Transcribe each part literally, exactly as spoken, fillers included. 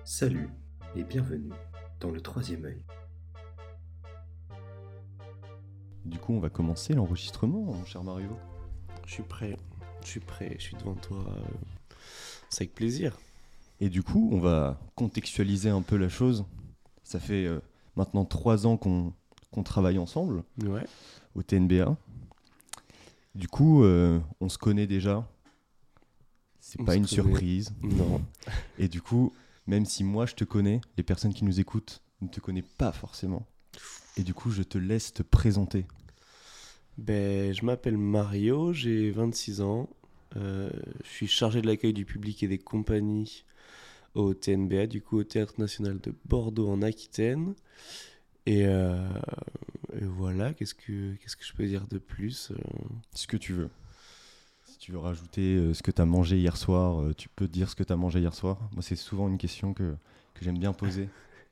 Salut et bienvenue dans le troisième œil. Du coup, on va commencer l'enregistrement, mon cher Mario. Je suis prêt, je suis prêt, je suis devant toi. euh, C'est avec plaisir. Et du coup, on va contextualiser un peu la chose. Ça fait euh, maintenant trois ans qu'on, qu'on travaille ensemble Ouais. au T N B A. Du coup, euh, on se connaît déjà. C'est On pas se une connaît. surprise. Non. Et du coup, même si moi je te connais, les personnes qui nous écoutent ne te connaissent pas forcément. Et du coup, je te laisse te présenter. Ben, je m'appelle Mario, j'ai vingt-six ans. euh, je suis chargé de l'accueil du public et des compagnies au T N B A, du coup au Théâtre National de Bordeaux en Aquitaine. Et, euh, et voilà, qu'est-ce que, qu'est-ce que je peux dire de plus euh, Ce que tu veux. Si tu veux rajouter euh, ce que tu as mangé hier soir, euh, tu peux dire ce que tu as mangé hier soir. Moi, c'est souvent une question que, que j'aime bien poser.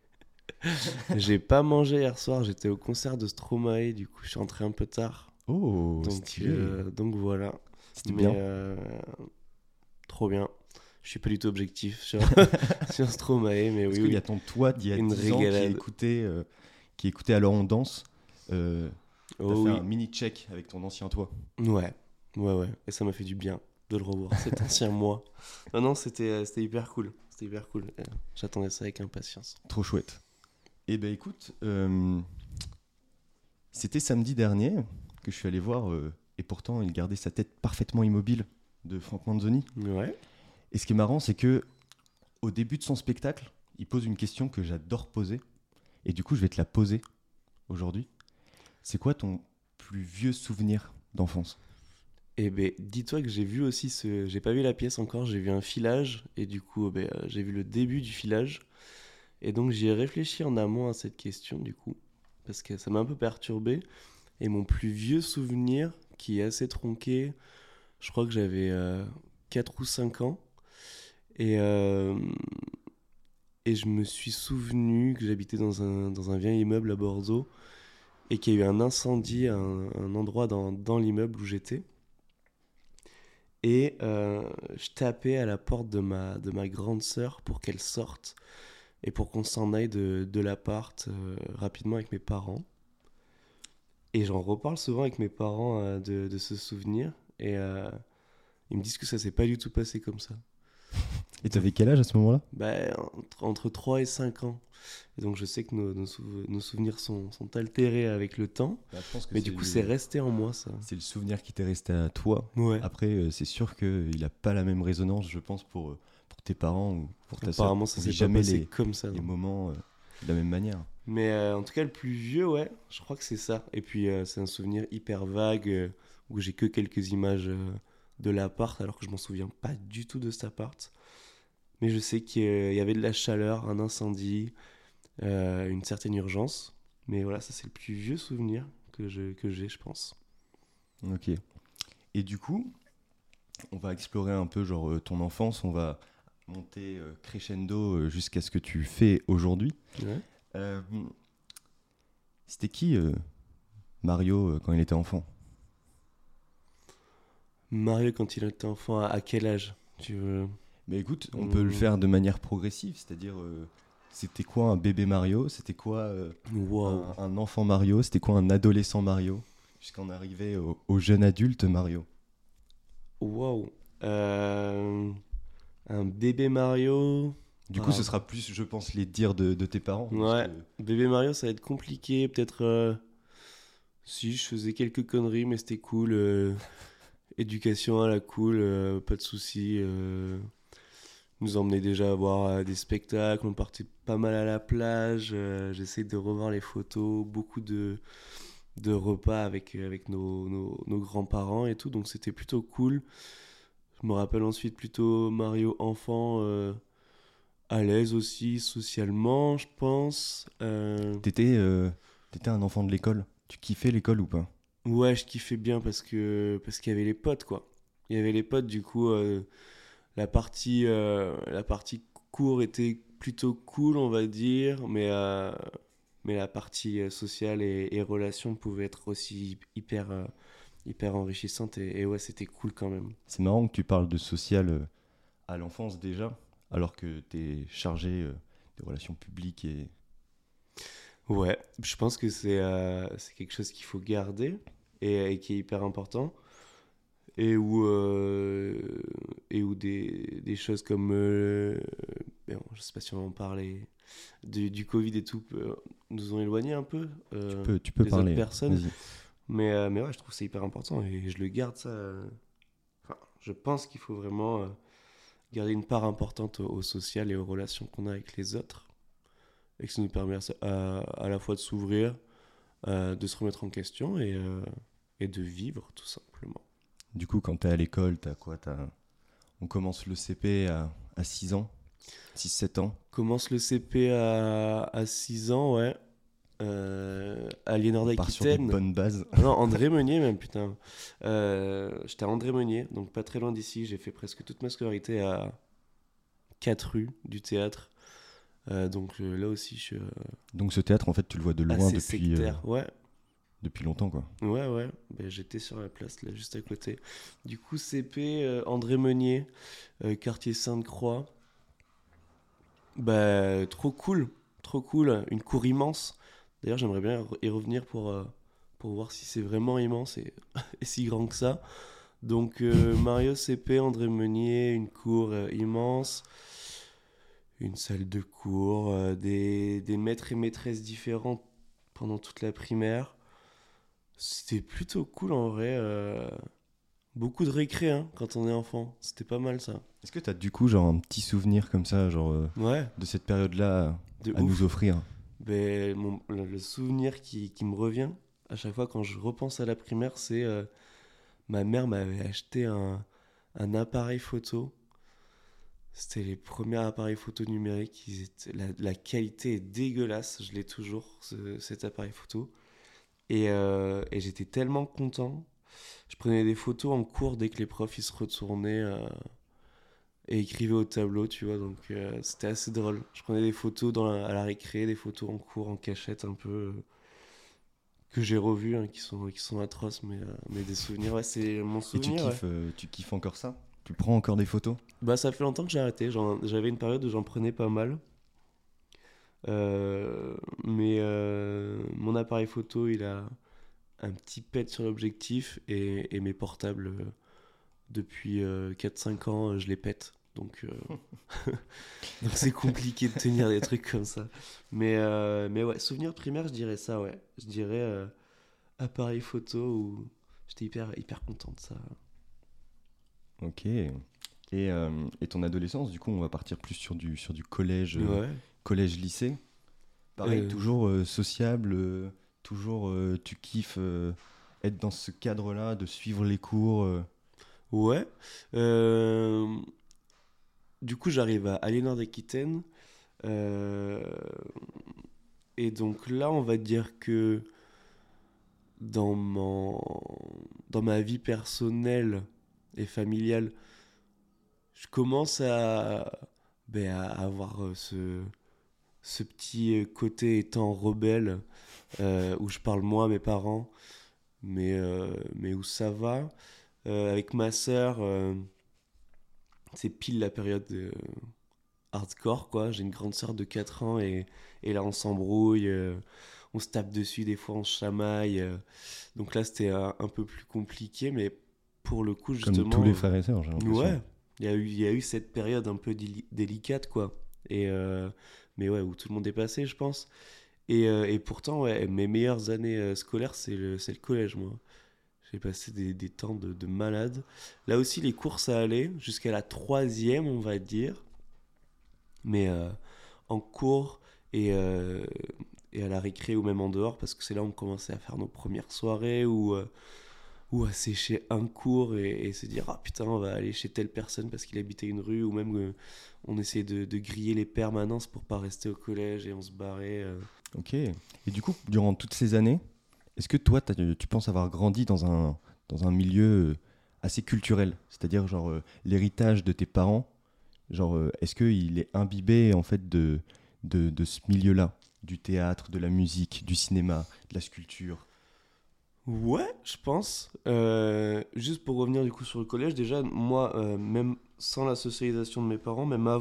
J'ai pas mangé hier soir, j'étais au concert de Stromae, du coup je suis rentré un peu tard. Oh, Donc, stylé. euh, donc voilà. C'était Mais bien. euh, trop bien. Je suis pas du tout objectif sur, sur Stromae, mais Est-ce oui, qu'il oui. y a ton toi d'il y a Une dix ans qui régalade. écoutait, euh, qui écoutait Alors on danse euh, T'as Oh fait oui. un mini check avec ton ancien toi. Ouais, ouais, ouais. Et ça m'a fait du bien de le revoir, cet ancien moi. Non, non, c'était, euh, c'était hyper cool. C'était hyper cool. Euh, J'attendais ça avec impatience. Trop chouette. Eh ben écoute, euh, c'était samedi dernier que je suis allé voir, euh, et pourtant il gardait sa tête parfaitement immobile, de Franck Manzoni. Ouais. Et ce qui est marrant, c'est que au début de son spectacle, il pose une question que j'adore poser. Et du coup, je vais te la poser aujourd'hui. C'est quoi ton plus vieux souvenir d'enfance ? Et ben, dis-toi que j'ai vu aussi ce. J'ai pas vu la pièce encore, j'ai vu un filage. Et du coup, ben, euh, j'ai vu le début du filage. Et donc, j'y ai réfléchi en amont à cette question, du coup. Parce que ça m'a un peu perturbé. Et mon plus vieux souvenir, qui est assez tronqué, je crois que j'avais euh, quatre ou cinq ans. Et, euh, et je me suis souvenu que j'habitais dans un, dans un vieil immeuble à Bordeaux et qu'il y a eu un incendie à un, un endroit dans, dans l'immeuble où j'étais. Et euh, je tapais à la porte de ma, de ma grande sœur pour qu'elle sorte et pour qu'on s'en aille de, de l'appart euh, rapidement avec mes parents. Et j'en reparle souvent avec mes parents euh, de, de ce souvenir. Et euh, ils me disent que ça s'est pas du tout passé comme ça. Et t'avais quel âge à ce moment-là ? Bah, entre, entre trois et cinq ans. Et donc je sais que nos, nos, sou- nos souvenirs sont, sont altérés avec le temps. Bah, je pense que Mais du coup, c'est resté en moi, ça. c'est le souvenir qui t'est resté à toi. Ouais. Après, euh, c'est sûr qu'il n'a pas la même résonance, je pense, pour, euh, pour tes parents ou pour ta sœur. Apparemment, ça On s'est vit pas jamais passé les, comme ça. les non. moments euh, de la même manière. Mais euh, en tout cas, le plus vieux, ouais, je crois que c'est ça. Et puis, euh, c'est un souvenir hyper vague euh, où j'ai que quelques images euh, de l'appart alors que je m'en souviens pas du tout de cet appart. Mais je sais qu'il y avait de la chaleur, un incendie, euh, une certaine urgence. Mais voilà, ça, c'est le plus vieux souvenir que, je, que j'ai, je pense. Ok. Et du coup, on va explorer un peu genre euh, ton enfance, on va monter euh, crescendo euh, jusqu'à ce que tu fais aujourd'hui. Ouais. Euh, C'était qui euh, Mario euh, quand il était enfant ? Mario, quand il était enfant, à, à quel âge tu veux... Mais écoute, on Hmm. peut le faire de manière progressive, c'est-à-dire euh, c'était quoi un bébé Mario ? C'était quoi euh, Wow. un, un enfant Mario ? C'était quoi un adolescent Mario ? Jusqu'en arriver au, au jeune adulte Mario. Wow. Euh, un bébé Mario. Du Ah. coup, ce sera plus, je pense, les dires de, de tes parents. parce Ouais. que- Bébé Mario, ça va être compliqué. Peut-être. euh, Si, je faisais quelques conneries, mais c'était cool. euh, Éducation à la cool, euh, pas de soucis. euh, Nous emmenait déjà à voir euh, des spectacles. On partait pas mal à la plage. euh, J'essaie de revoir les photos. Beaucoup de, de repas avec, avec nos, nos, nos grands-parents et tout. Donc c'était plutôt cool. Je me rappelle ensuite plutôt Mario enfant. euh, à l'aise aussi socialement, je pense. Euh, T'étais, euh, t'étais un enfant de l'école. Tu kiffais l'école ou pas ? Ouais, je kiffais bien parce que parce qu'il y avait les potes, quoi. Il y avait les potes, du coup, euh, la partie euh, la partie cours était plutôt cool, on va dire, mais euh, mais la partie euh, sociale et, et relations pouvait être aussi hyper euh, hyper enrichissante et, et ouais, c'était cool quand même. C'est marrant que tu parles de social euh, à l'enfance déjà, alors que t'es chargé euh, des relations publiques et... Ouais, je pense que c'est euh, c'est quelque chose qu'il faut garder et, et qui est hyper important. Et où, euh, et où des, des choses comme, euh, bon, je sais pas si on va en parler, du, du Covid et tout, euh, nous ont éloignés un peu euh, Tu peux, tu peux des parler, autres personnes. vas-y. Mais, euh, mais ouais, je trouve que c'est hyper important et je le garde ça. euh, Enfin, je pense qu'il faut vraiment euh, garder une part importante au, au social et aux relations qu'on a avec les autres. Et que ça nous permet à, à, à la fois de s'ouvrir, euh, de se remettre en question et, euh, et de vivre tout simplement. Du coup, quand t'es à l'école, t'as quoi t'as... On commence le C P à, à six ans, six sept ans. Commence le C P à, à six ans, ouais. Euh, Aliénor On part sur des d'Aquitaine. bonnes bases. Ah non, André Meunier même, putain. Euh, j'étais à André Meunier, donc pas très loin d'ici. J'ai fait presque toute ma scolarité à quatre rues du théâtre. Euh, donc euh, là aussi, je suis euh, Donc ce théâtre, en fait, tu le vois de loin assez depuis, euh, sectaire. Ouais, depuis longtemps, quoi. ouais, ouais. Ben, j'étais sur la place, là, juste à côté. Du coup, C P, euh, André Meunier, euh, quartier Sainte-Croix. Bah, trop cool, trop cool. Une cour immense. D'ailleurs, j'aimerais bien y revenir pour, euh, pour voir si c'est vraiment immense et, et si grand que ça. Donc, euh, Mario C P, André Meunier, une cour euh, immense, une salle de cours, euh, des, des maîtres et maîtresses différents pendant toute la primaire. C'était plutôt cool en vrai. euh, Beaucoup de récré hein, quand on est enfant. C'était pas mal ça. Est-ce que t'as du coup, genre, un petit souvenir comme ça, genre, euh, Ouais, de cette période-là de à ouf. nous offrir? Ben, mon- le, le souvenir qui, qui me revient à chaque fois quand je repense à la primaire, c'est euh, ma mère m'avait acheté un, un appareil photo. C'était les premiers appareils photo numériques. Ils étaient- la, la qualité est dégueulasse. Je l'ai toujours, ce- cet appareil photo. Et, euh, et j'étais tellement content. Je prenais des photos en cours dès que les profs ils se retournaient euh, et écrivaient au tableau, tu vois. Donc euh, c'était assez drôle. Je prenais des photos dans la- à la récré, des photos en cours, en cachette un peu. euh, que j'ai revues, hein, qui sont, qui sont atroces, mais, euh, mais des souvenirs. Ouais, c'est mon Et tu souvenir. Ouais. kiffes, euh, tu kiffes encore ça? Tu prends encore des photos? Bah, ça fait longtemps que j'ai arrêté. J'en- J'avais une période où j'en prenais pas mal. Euh, mais euh, mon appareil photo, il a un petit pet sur l'objectif et, et mes portables, euh, depuis euh, quatre cinq ans, euh, je les pète. Donc euh, donc c'est compliqué de tenir des trucs comme ça. Mais, euh, mais ouais, souvenir primaire, je dirais ça, ouais. Je dirais euh, appareil photo où j'étais hyper, hyper content de ça. Ok. Et, euh, et ton adolescence, du coup, on va partir plus sur du, sur du collège, euh, Ouais. collège-lycée. Pareil, Euh, toujours euh, sociable, euh, toujours euh, tu kiffes euh, être dans ce cadre-là, de suivre les cours. euh. Ouais. Euh, du coup, j'arrive à Aliénor d'Aquitaine. Euh, et donc là, on va dire que dans, mon, dans ma vie personnelle et familiale, je commence à, ben, à avoir euh, ce, ce petit côté étant rebelle, euh, où je parle moins à mes parents, mais, euh, mais où ça va. Euh, avec ma sœur, euh, c'est pile la période euh, hardcore, quoi. J'ai une grande sœur de quatre ans et, et là, on s'embrouille, euh, on se tape dessus, des fois, on se chamaille. euh. Donc là, c'était un, un peu plus compliqué, mais pour le coup, Comme justement. tous les euh, frères et sœurs, j'ai l'impression. Ouais, il y a eu, il y a eu cette période un peu déli- délicate, quoi. Et, euh, mais ouais, où tout le monde est passé, je pense. Et, euh, et pourtant, ouais, mes meilleures années euh, scolaires, c'est le, c'est le collège, moi. J'ai passé des, des temps de, de malade. Là aussi, les cours, ça allait, jusqu'à la troisième, on va dire. Mais euh, en cours et, euh, et à la récré ou même en dehors, parce que c'est là où on commençait à faire nos premières soirées, ou, euh, ou à sécher un cours et, et se dire ah putain on va aller chez telle personne parce qu'il habitait une rue, ou même euh, on essayait de, de griller les permanences pour pas rester au collège et on se barrait. euh. Ok. Et du coup, durant toutes ces années, est-ce que toi, t'as- tu penses avoir grandi dans un, dans un milieu euh, assez culturel? C'est-à-dire, genre, euh, l'héritage de tes parents, genre, euh, est-ce qu'il est imbibé, en fait, de, de, de ce milieu-là? Du théâtre, de la musique, du cinéma, de la sculpture? Ouais, je pense. Euh, juste pour revenir du coup sur le collège, déjà moi, euh, même sans la socialisation de mes parents, même avant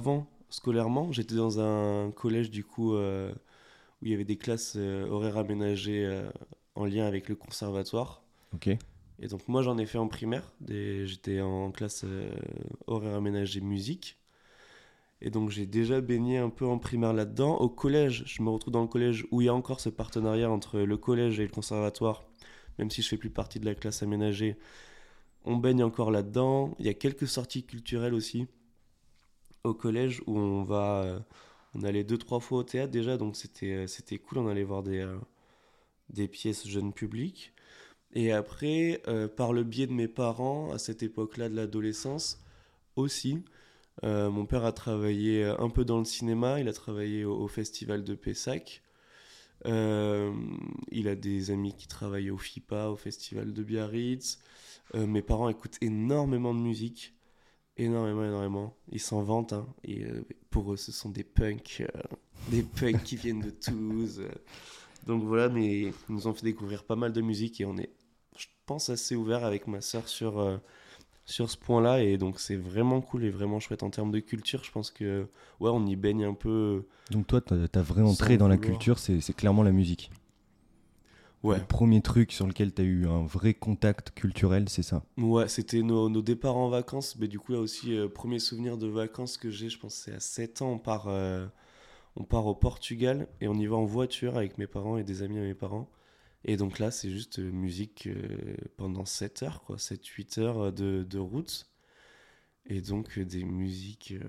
scolairement, j'étais dans un collège du coup euh, où il y avait des classes euh, horaires aménagées euh, en lien avec le conservatoire. Ok. Et donc moi j'en ai fait en primaire, des... j'étais en classe euh, horaire aménagée musique. Et donc j'ai déjà baigné un peu en primaire là-dedans. Au collège, je me retrouve dans le collège où il y a encore ce partenariat entre le collège et le conservatoire, même si je fais plus partie de la classe aménagée. On baigne encore là-dedans. Il y a quelques sorties culturelles aussi au collège où on va... euh, on allait deux, trois fois au théâtre déjà, donc c'était, euh, c'était cool, on allait voir des, euh, des pièces jeunes publics. Et après, euh, par le biais de mes parents, à cette époque-là de l'adolescence aussi, euh, mon père a travaillé un peu dans le cinéma, il a travaillé au, au festival de Pessac. Euh, il a des amis qui travaillent au FIPA, au festival de Biarritz. Euh, mes parents écoutent énormément de musique, énormément, énormément. Ils s'en vantent, hein. Et, euh, pour eux, ce sont des punks, euh, des punks qui viennent de Toulouse. euh. Donc voilà, mais ils nous ont fait découvrir pas mal de musique et on est, je pense, assez ouvert avec ma sœur sur, euh, sur ce point-là. Et donc c'est vraiment cool et vraiment chouette en termes de culture. Je pense que, ouais, on y baigne un peu. Donc toi, ta, ta vraie Sans entrée dans la vouloir. culture, c'est, c'est clairement la musique. Ouais, Le premier truc sur lequel tu as eu un vrai contact culturel, c'est ça. ouais, c'était nos, nos départs en vacances. Mais du coup, là aussi, euh, premier souvenir de vacances que j'ai, je pense, c'est à sept ans. On part, euh, on part au Portugal et on y va en voiture avec mes parents et des amis à mes parents. Et donc là, c'est juste euh, musique euh, pendant sept heures, quoi, sept huit heures euh, de, de route. Et donc euh, des musiques euh,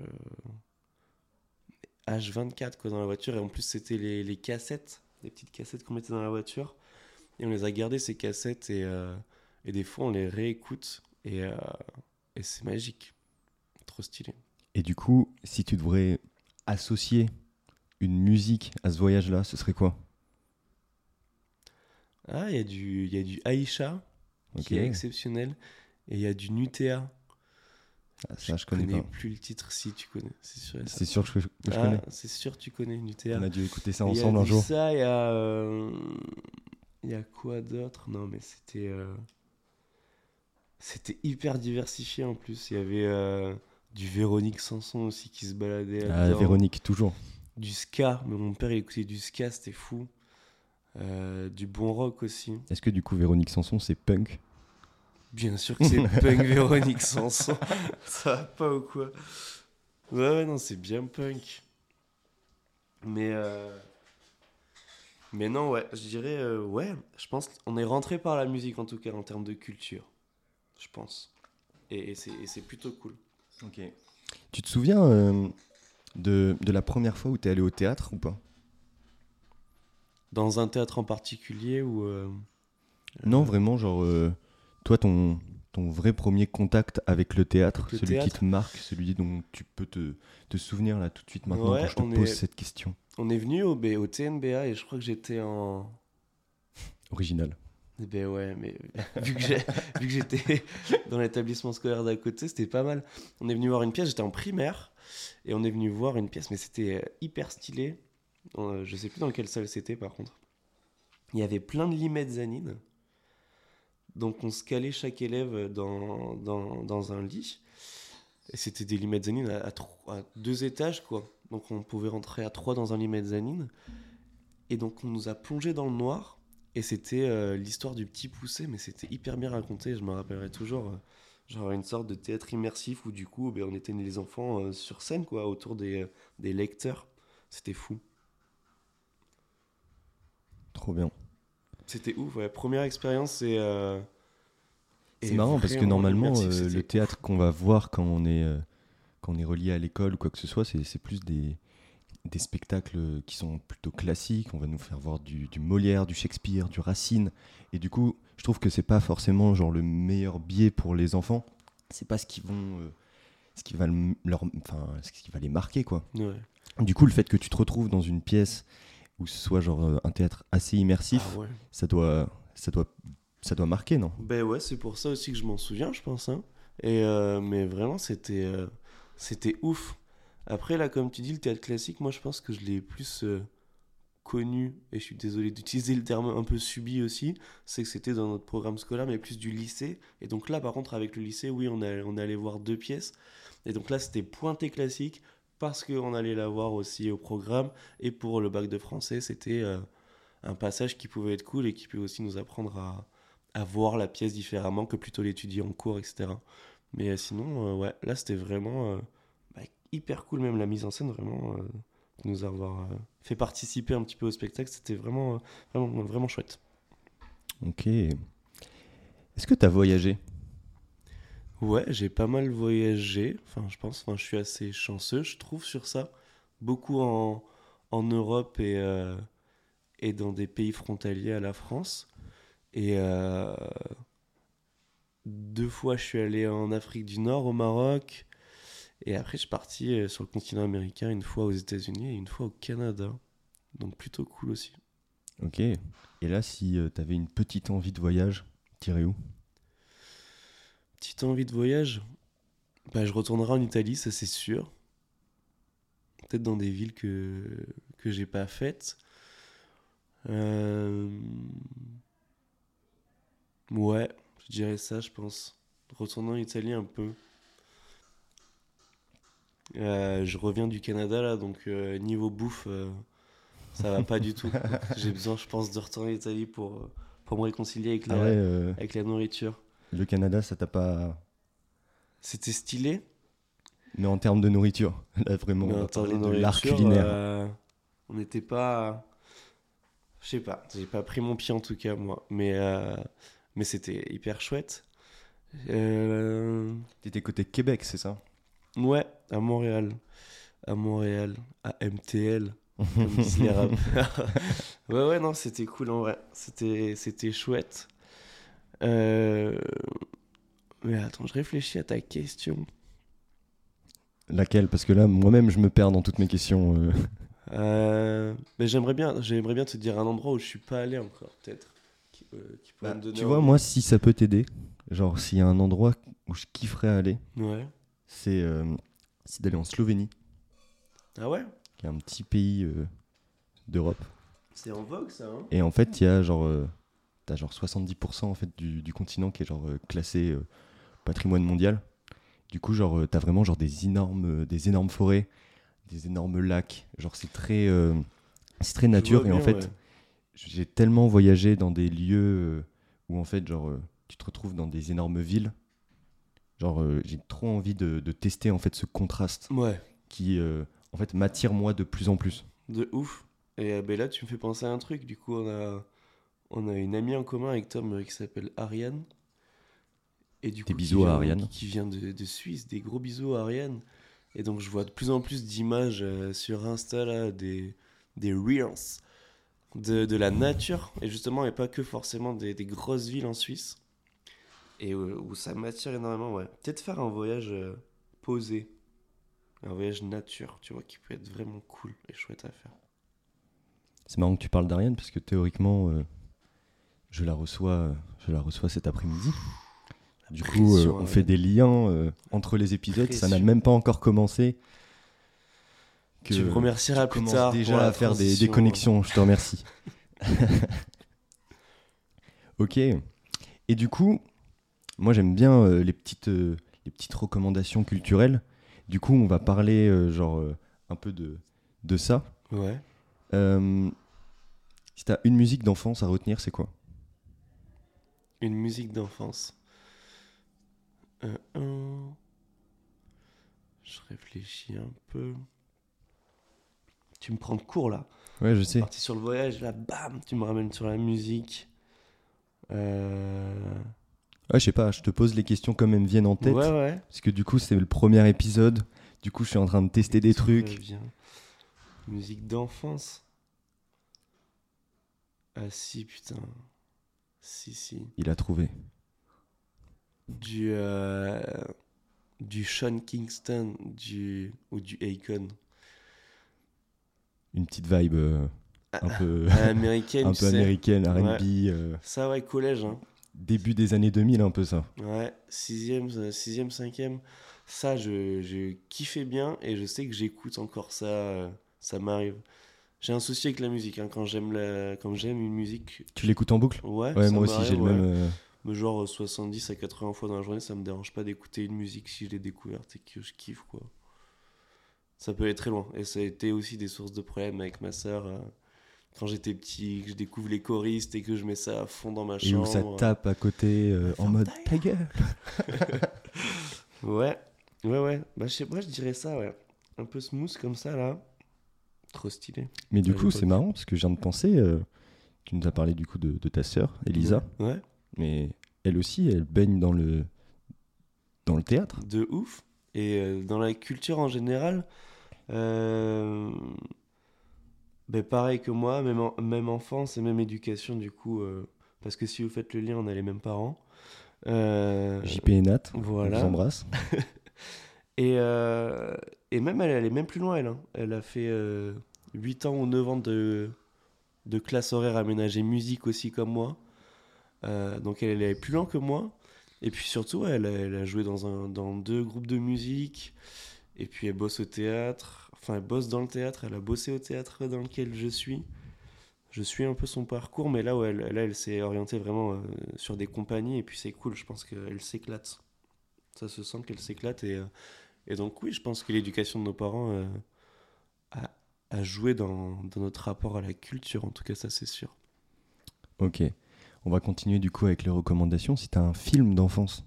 H vingt-quatre quoi, dans la voiture. Et en plus, c'était les, les cassettes, les petites cassettes qu'on mettait dans la voiture. Et on les a gardées, ces cassettes, et, euh, et des fois, on les réécoute. Et, euh, et c'est magique. Trop stylé. Et du coup, si tu devrais associer une musique à ce voyage-là, ce serait quoi? Ah, il y a du, il y a du Aïcha, Ok. qui est exceptionnel. Et il y a du Nutea. Ah, ça, je connais pas. plus le titre, si tu connais. C'est sûr. et C'est certain. sûr que je, que je Ah, connais. c'est sûr, tu connais Nutea. On a dû écouter ça Il y a ensemble un du jour. ça, il y a. euh, Il y a quoi d'autre? Non, mais c'était. euh, C'était hyper diversifié en plus. Il y avait euh, du Véronique Sanson aussi qui se baladait Ah, là-dedans. Véronique, toujours. Du ska, mais mon père il écoutait du ska, c'était fou. Euh, du bon rock aussi. Est-ce que du coup, Véronique Sanson, c'est punk? Bien sûr que c'est punk Véronique Sanson. Ça va pas ou quoi? Ouais, ouais, non, c'est bien punk. Mais. euh, Mais non, ouais, je dirais, euh, ouais, je pense qu'on est rentré par la musique en tout cas en termes de culture, je pense. Et, et c'est, et c'est plutôt cool. Ok. Tu te souviens euh, de, de la première fois où tu es allé au théâtre ou pas? Dans un théâtre en particulier ou euh, Non, euh, vraiment, genre, euh, toi, ton, ton vrai premier contact avec le théâtre, Avec le celui qui théâtre te marque, celui dont tu peux te, te souvenir là tout de suite maintenant Ouais, quand je te on pose est- cette question On est venu au, B- au T N B A et je crois que j'étais en. originale. Eh ben ouais, mais vu que, j'ai- vu que j'étais dans l'établissement scolaire d'à côté, c'était pas mal. On est venu voir une pièce, j'étais en primaire, et on est venu voir une pièce, mais c'était euh, hyper stylé. Euh, je sais plus dans quelle salle c'était par contre. Il y avait plein de lits mezzanines, donc on se calait chaque élève dans, dans, dans un lit. Et c'était des lits mezzanines à, à, tro- à deux étages, quoi. Donc on pouvait rentrer à trois dans un lit mezzanine. Et donc on nous a plongé dans le noir. Et c'était euh, l'histoire du petit poussé, mais c'était hyper bien raconté. Je me rappellerai toujours. euh, genre une sorte de théâtre immersif où du coup ben, on était les enfants euh, sur scène, quoi, autour des, euh, des lecteurs. C'était fou. Trop bien. C'était ouf, ouais. Première expérience et. euh, C'est et marrant parce que vraiment normalement, immersif, euh, c'était le ouf. théâtre qu'on va voir quand on est, euh, quand on est relié à l'école ou quoi que ce soit, c'est, c'est plus des, des spectacles qui sont plutôt classiques. On va nous faire voir du, du Molière, du Shakespeare, du Racine. Et du coup, je trouve que c'est pas forcément genre le meilleur biais pour les enfants. C'est pas ce qui vont, euh, ce qui va le- leur, enfin, ce qui va les marquer, quoi. Ouais. Du coup, le fait que tu te retrouves dans une pièce où ce soit genre euh, un théâtre assez immersif, Ah ouais. ça doit, ça doit, ça doit marquer, non? Ben ouais, c'est pour ça aussi que je m'en souviens, je pense. Hein. Et euh, mais vraiment, c'était euh, c'était ouf. Après, là, comme tu dis, le théâtre classique, moi, je pense que je l'ai plus euh, connu, et je suis désolé d'utiliser le terme un peu subi aussi, c'est que c'était dans notre programme scolaire, mais plus du lycée. Et donc là, par contre, avec le lycée, oui, on, a, on est allé voir deux pièces. Et donc là, c'était pointé classique, parce qu'on allait la voir aussi au programme. Et pour le bac de français, c'était euh, un passage qui pouvait être cool et qui peut aussi nous apprendre à, à voir la pièce différemment que plutôt l'étudier en cours, et cetera. Mais euh, sinon, euh, ouais, là, c'était vraiment euh, bah, hyper cool, même la mise en scène, vraiment, euh, de nous avoir euh, fait participer un petit peu au spectacle. C'était vraiment, euh, vraiment, vraiment chouette. Ok. Est-ce que tu as voyagé? Ouais, j'ai pas mal voyagé. Enfin, je pense, enfin, je suis assez chanceux, je trouve, sur ça. Beaucoup en, en Europe et, euh, et dans des pays frontaliers à la France. Et euh, deux fois, je suis allé en Afrique du Nord, au Maroc. Et après, je suis parti euh, sur le continent américain, une fois aux États-Unis et une fois au Canada. Donc plutôt cool aussi. Ok. Et là, si tu avais une petite envie de voyage, t'irais où? Petite envie de voyage, bah, je retournerai en Italie, ça c'est sûr. Peut-être dans des villes que, que j'ai pas faites. Euh... Ouais, je dirais ça, je pense. Retourner en Italie un peu. Euh, je reviens du Canada là, donc euh, niveau bouffe, euh, ça va pas du tout. J'ai besoin, je pense, de retourner en Italie pour, euh, pour me réconcilier avec Ah la, ouais, euh, avec la nourriture. le Canada, ça t'a pas... C'était stylé, Mais en termes de nourriture, là vraiment, mais on en va termes parler de de l'art nourriture, culinaire. euh, on n'était pas. Je sais pas, j'ai pas pris mon pied en tout cas, moi. Mais, euh, mais c'était hyper chouette. Euh, T'étais côté Québec, c'est ça? Ouais, à Montréal. À Montréal, à M T L, comme disent les rappeurs. Ouais, ouais, non, c'était cool en vrai. C'était, c'était chouette. Euh, Mais attends, je réfléchis à ta question. Laquelle? Parce que là, moi-même, je me perds dans toutes mes questions. euh. Euh, Mais j'aimerais bien, j'aimerais bien te dire un endroit où je suis pas allé encore, peut-être. Qui, euh, qui pourrait Bah, me donner tu vois, envie. moi, si ça peut t'aider, genre, s'il y a un endroit où je kifferais aller, Ouais. c'est euh, c'est d'aller en Slovénie, Ah ouais? qui est un petit pays euh, d'Europe. C'est en vogue ça, hein? Et en fait, il y a genre, euh, t'as genre soixante-dix pour cent en fait, du, du continent qui est genre euh, classé euh, patrimoine mondial. Du coup, genre, euh, t'as vraiment genre des énormes, euh, des énormes forêts, des énormes lacs. Genre, c'est très, euh, c'est très Je nature. vois Et en bien, fait, ouais. j'ai tellement voyagé dans des lieux euh, où en fait, genre, euh, tu te retrouves dans des énormes villes. Genre, euh, j'ai trop envie de, de tester en fait ce contraste Ouais, qui, euh, en fait, m'attire moi de plus en plus. de ouf. Et euh, ben là, tu me fais penser à un truc. Du coup, on a, on a une amie en commun avec Tom euh, qui s'appelle Ariane. Et du Des coup, qui bisous à vient, Ariane. qui, qui vient de, de Suisse. Des gros bisous à Ariane. Et donc, je vois de plus en plus d'images euh, sur Insta, là, des, des Reels de, de la nature. Et justement, et pas que forcément des, des grosses villes en Suisse. Et euh, où ça m'attire énormément, ouais. Peut-être faire un voyage euh, posé. Un voyage nature, tu vois, qui peut être vraiment cool et chouette à faire. C'est marrant que tu parles d'Ariane parce que théoriquement, euh, je la reçois, euh, je la reçois cet après-midi. Du coup, euh, Pression, on fait Ariane. des liens euh, entre les épisodes. Ça n'a Pression. même pas encore commencé. Que Tu me remercieras tu plus commences tard pour déjà la à faire des, des transition. connexions. Je te remercie. Ok. Et du coup, moi j'aime bien euh, les petites, euh, les petites recommandations culturelles. Du coup, on va parler euh, genre euh, un peu de, de ça. Ouais. Euh, si t'as une musique d'enfance à retenir, c'est quoi? Une musique d'enfance. Euh, euh, Je réfléchis un peu. Tu me prends de court là. Ouais, je sais. Parti sur le voyage, là, bam, tu me ramènes sur la musique. Euh... Ouais, je sais pas, je te pose les questions comme elles me viennent en tête. Ouais, ouais. Parce que du coup, c'est le premier épisode. Du coup, je suis en train de tester des Tout va trucs. bien. Musique d'enfance. Ah si, putain. Si, si. Il a trouvé. Du, euh, du Sean Kingston du, ou du Akon. Une petite vibe euh, un peu, À l'américaine, un tu peu sais. américaine, R and Ouais. B. euh, Ça, ouais, collège, hein. début des années deux mille, un peu ça. Ouais, sixième, euh, sixième, cinquième. Ça, je, je kiffais bien et je sais que j'écoute encore ça. euh, Ça m'arrive. J'ai un souci avec la musique, hein. Quand j'aime la... quand j'aime une musique, Tu l'écoutes en boucle? ouais, Ouais, ça moi aussi, m'arrive, j'ai le ouais. même. euh, Mais genre euh, soixante-dix à quatre-vingts fois dans la journée, ça me dérange pas d'écouter une musique si je l'ai découverte et que je kiffe, quoi. ça peut aller très loin. Et ça a été aussi des sources de problèmes avec ma sœur. euh, Quand j'étais petit, que je découvre les choristes et que je mets ça à fond dans ma Et chambre. où ça tape à côté euh, en Ferme mode ta ta gueule. Ouais, ouais, ouais. Bah, je sais pas, je dirais ça, ouais. Un peu smooth comme ça, là. Trop stylé. Mais du À coup, l'époque. c'est marrant parce que je viens de penser, euh, tu nous as parlé du coup de, de ta sœur, Elisa, Ouais, mais elle aussi, elle baigne dans le, dans le théâtre. de ouf. Et euh, dans la culture en général, euh, ben pareil que moi, même, en- même enfance et même éducation, du coup. euh, Parce que si vous faites le lien, on a les mêmes parents. Euh, J P et Nat, on vous Voilà. embrasse. Et, euh, et même, elle, elle est même plus loin, elle. hein. Elle a fait euh, huit ans ou neuf ans de, de classe horaire aménagée musique aussi, comme moi. Euh, donc elle, elle est plus loin que moi. Et puis surtout, elle, a- elle a joué dans, un, dans deux groupes de musique. Et puis elle bosse au théâtre. Enfin, elle bosse dans le théâtre. Elle a bossé au théâtre dans lequel je suis. Je suis un peu son parcours, mais là où elle, là, elle s'est orientée vraiment euh, sur des compagnies. Et puis c'est cool, je pense qu'elle s'éclate. Ça se sent qu'elle s'éclate. Et, euh, et donc oui, je pense que l'éducation de nos parents euh, a, a joué dans, dans notre rapport à la culture. En tout cas, ça c'est sûr. Ok, on va continuer du coup avec les recommandations. Si t'as un film d'enfance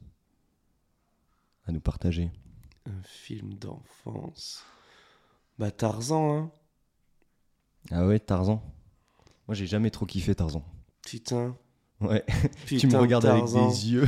à nous partager. Un film d'enfance. Bah Tarzan, hein. Ah ouais, Tarzan. Moi, j'ai jamais trop kiffé Tarzan. Putain. Ouais, Putain, tu me regardes Tarzan. avec des yeux.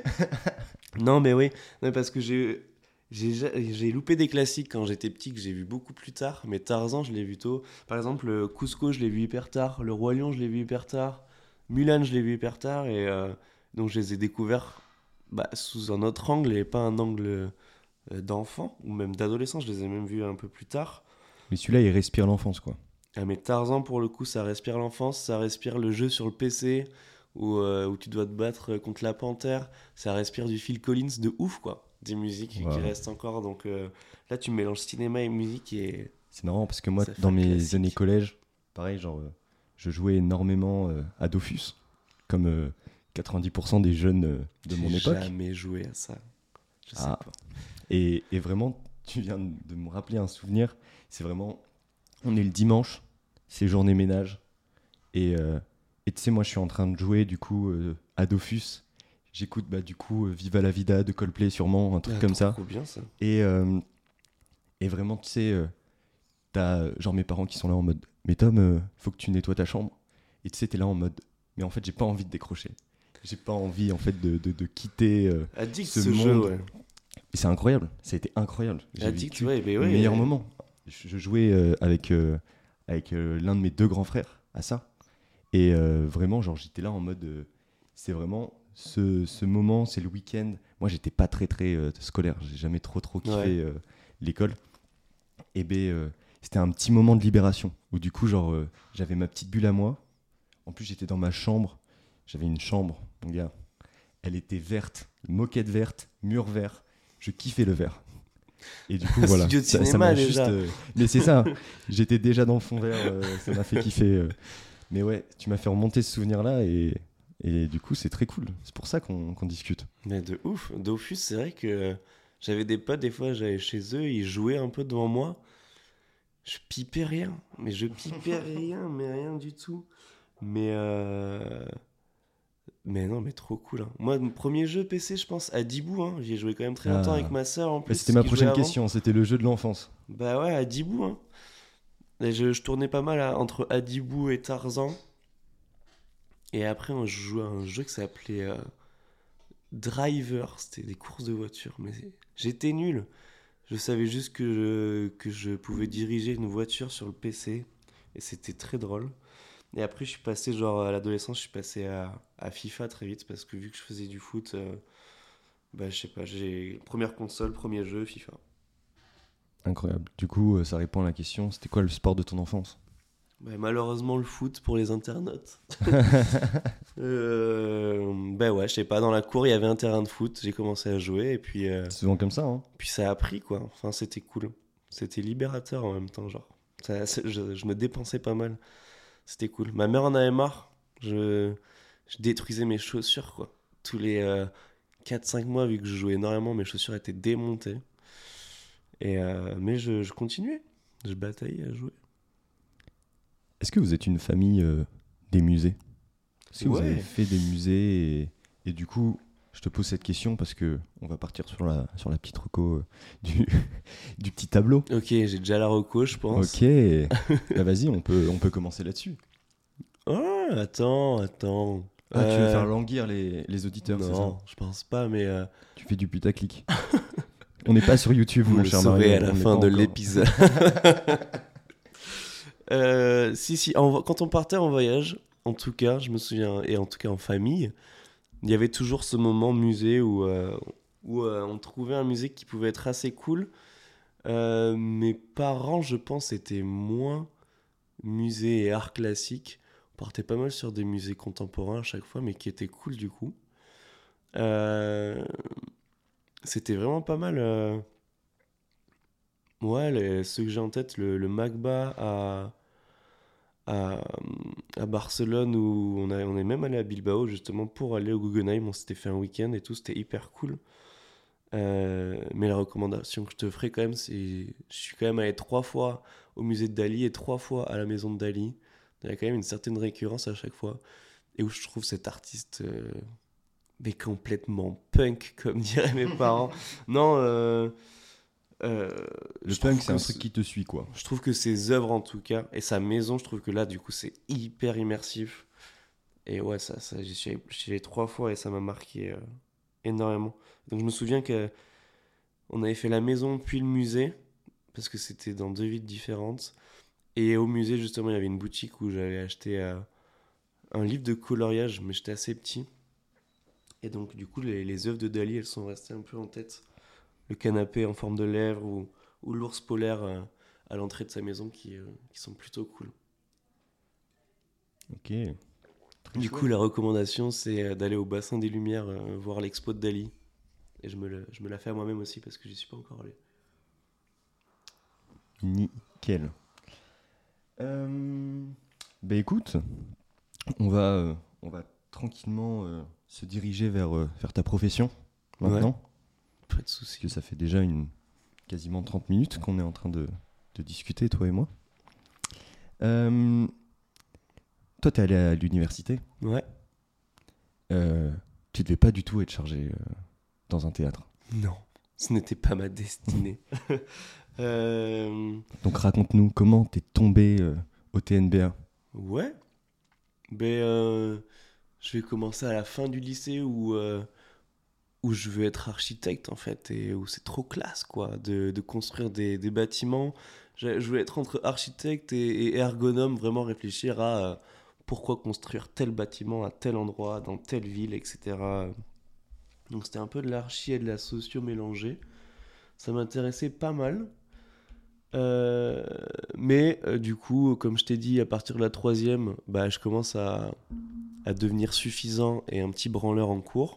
Non, mais oui. Non, parce que j'ai, j'ai, ja- j'ai loupé des classiques quand j'étais petit que j'ai vu beaucoup plus tard. Mais Tarzan, je l'ai vu tôt. Par exemple, le Cusco, je l'ai vu hyper tard. Le Roi Lion, je l'ai vu hyper tard. Mulan, je l'ai vu hyper tard. Et euh, donc, je les ai découverts bah, sous un autre angle et pas un angle euh, d'enfant ou même d'adolescent. Je les ai même vus un peu plus tard. Mais celui-là, il respire l'enfance, quoi. Ah, mais Tarzan, pour le coup, ça respire l'enfance, ça respire le jeu sur le P C où, euh, où tu dois te battre contre la panthère, ça respire du Phil Collins de ouf, quoi. Des musiques Wow. qui restent encore. Donc euh, là, tu mélanges cinéma et musique et. C'est marrant parce que moi, Ça fait dans un mes classique. années collège, pareil, genre, euh, je jouais énormément euh, à Dofus, comme euh, quatre-vingt-dix pour cent des jeunes euh, de mon J'ai époque. jamais joué à ça. Je sais Ah. pas. Et, et vraiment, tu viens de me rappeler un souvenir. C'est vraiment, on est le dimanche, c'est journée ménage. Et euh, et tu sais, moi, je suis en train de jouer, du coup, euh, à Dofus. J'écoute, bah, du coup, euh, Viva la Vida de Coldplay, sûrement, un truc Ah, comme trop, ça. trop bien ça. Et, euh, et vraiment, tu sais, euh, t'as euh, genre mes parents qui sont là en mode mais Tom, euh, faut que tu nettoies ta chambre. Et tu sais, t'es là en mode mais en fait, j'ai pas envie de décrocher. J'ai pas envie, en fait, de, de, de quitter euh, Addict ce, ce, monde. jeu, ouais. Et c'est incroyable. Ça a été incroyable. J'ai Addict, vécu ouais, mais le ouais. meilleur euh, moment. Je, je jouais euh, avec, euh, avec euh, l'un de mes deux grands frères à ça. Et euh, vraiment, genre, j'étais là en mode euh, c'est vraiment ce, ce moment, c'est le week-end. Moi, j'étais pas très, très euh, scolaire. J'ai jamais trop, trop kiffé Ouais. euh, l'école. Et ben, euh, c'était un petit moment de libération où du coup, genre, euh, j'avais ma petite bulle à moi. En plus, j'étais dans ma chambre. J'avais une chambre, mon gars. Elle était verte, moquette verte, mur vert. Je kiffais le vert. Et du coup, Un voilà. studio de Ça- ça cinéma, m'a déjà. euh, Mais c'est ça. J'étais déjà dans le fond vert. euh, ça m'a fait kiffer. euh. Mais ouais, tu m'as fait remonter ce souvenir-là et, et du coup, c'est très cool. C'est pour ça qu'on qu'on discute. Mais de ouf. Dofus, c'est vrai que j'avais des potes, des fois, j'allais chez eux, ils jouaient un peu devant moi. Je pipais rien. Mais je pipais rien, mais rien du tout. Mais euh... Mais non, mais trop cool. hein. Moi, mon premier jeu P C, je pense, à Dibou. Hein. J'y ai joué quand même très longtemps Ah. avec ma soeur en Bah, plus. c'était ma qui jouait prochaine avant. question. C'était le jeu de l'enfance. Bah ouais, à Dibou. Hein. Et je, je tournais pas mal à- entre Adibou et Tarzan. Et après, on jouait à un jeu qui s'appelait euh, Driver. C'était des courses de voiture. Mais j'étais nul. Je savais juste que je, que je pouvais diriger une voiture sur le P C. Et c'était très drôle. Et après, je suis passé, genre, à l'adolescence, je suis passé à, à FIFA très vite. Parce que vu que je faisais du foot, euh, bah, je sais pas, j'ai première console, premier jeu, FIFA. Incroyable. Du coup, euh, ça répond à la question. C'était quoi le sport de ton enfance? Bah, malheureusement, le foot pour les internautes. euh, bah ouais, je sais pas, dans la cour, il y avait un terrain de foot. J'ai commencé à jouer et puis, euh, C'est souvent comme ça, hein. puis ça a pris, quoi. Enfin, c'était cool. C'était libérateur en même temps, genre. Ça, ça- je, je me dépensais pas mal. C'était cool. Ma mère en avait marre. Je, je détruisais mes chaussures, quoi. Tous les euh, quatre cinq mois, vu que je jouais énormément, mes chaussures étaient démontées. Et, euh, mais je, je continuais, je bataillais à jouer. Est-ce que vous êtes une famille euh, des musées? Est-ce que vous Ouais. avez fait des musées et, et du coup, je te pose cette question parce que on va partir sur la, sur la petite reco euh, du, du petit tableau. Ok, j'ai déjà la reco, je pense. Ok, bah, vas-y, on peut, on peut commencer là-dessus. Oh, attends, attends. Ah, tu veux Euh, faire languir les, les auditeurs, c'est ça? Non, je pense pas, mais euh, Tu fais du putaclic. On n'est pas sur YouTube, vous mon le cher saurez Mario, à la on l'est fin pas de encore. l'épisode. Euh, si, si, en- quand on partait en voyage, en tout cas, je me souviens, et en tout cas en famille, il y avait toujours ce moment musée où, euh, où euh, on trouvait un musée qui pouvait être assez cool. Euh, mes parents, je pense, étaient moins musée et art classique. On partait pas mal sur des musées contemporains à chaque fois, mais qui étaient cool du coup. Euh, C'était vraiment pas mal. euh, Ouais, les- ceux que j'ai en tête, le, le Magba à, à, à Barcelone, où on, a, on est même allé à Bilbao justement pour aller au Guggenheim. On s'était fait un week-end et tout, c'était hyper cool. Euh, mais la recommandation que je te ferai quand même, c'est. Je suis quand même allé trois fois au musée de Dali et trois fois à la maison de Dali. Il y a quand même une certaine récurrence à chaque fois. Et où je trouve cet artiste euh, mais complètement punk, comme diraient mes parents. Non, euh, euh, Le je trouve punk, c'est que un ce- truc qui te suit, quoi. je trouve que ses œuvres en tout cas, et sa maison, je trouve que là, du coup, c'est hyper immersif. Et ouais, ça, ça j'y suis allé j'y suis allé trois fois et ça m'a marqué euh, énormément. Donc je me souviens que on avait fait la maison puis le musée, parce que c'était dans deux villes différentes. Et au musée, justement, il y avait une boutique où j'avais acheté euh, un livre de coloriage, mais j'étais assez petit. Et donc, du coup, les, les œuvres de Dali, elles sont restées un peu en tête. Le canapé en forme de lèvres ou, ou l'ours polaire euh, à l'entrée de sa maison qui, euh, qui sont plutôt cool. Ok. Très Du chouette. coup, la recommandation, c'est euh, d'aller au Bassin des Lumières euh, voir l'expo de Dali. Et je me, le- je me la fais à moi-même aussi parce que j'y suis pas encore allé. Nickel. Euh, bah écoute, on va, euh, on va tranquillement euh, se diriger vers, euh, vers ta profession maintenant. Pas de Parce soucis. que ça fait déjà une, quasiment trente minutes qu'on est en train de, de discuter, toi et moi. Euh, toi, t'es allé à l'université. Ouais. Euh, tu devais pas du tout être chargé euh, dans un théâtre. Non, ce n'était pas ma destinée. Euh, Donc raconte-nous comment t'es tombé euh, au T N B A. ouais. Ben, euh, je vais commencer à la fin du lycée où, euh, où je veux être architecte en fait et où c'est trop classe quoi de, de construire des, des bâtiments. Je, je voulais être entre architecte et, et ergonome, vraiment réfléchir à euh, pourquoi construire tel bâtiment à tel endroit, dans telle ville, et cetera. Donc c'était un peu de l'archi et de la socio mélangée. Ça m'intéressait pas mal. Euh, mais euh, du coup, comme je t'ai dit, à partir de la troisième, bah, je commence à, à devenir suffisant et un petit branleur en cours.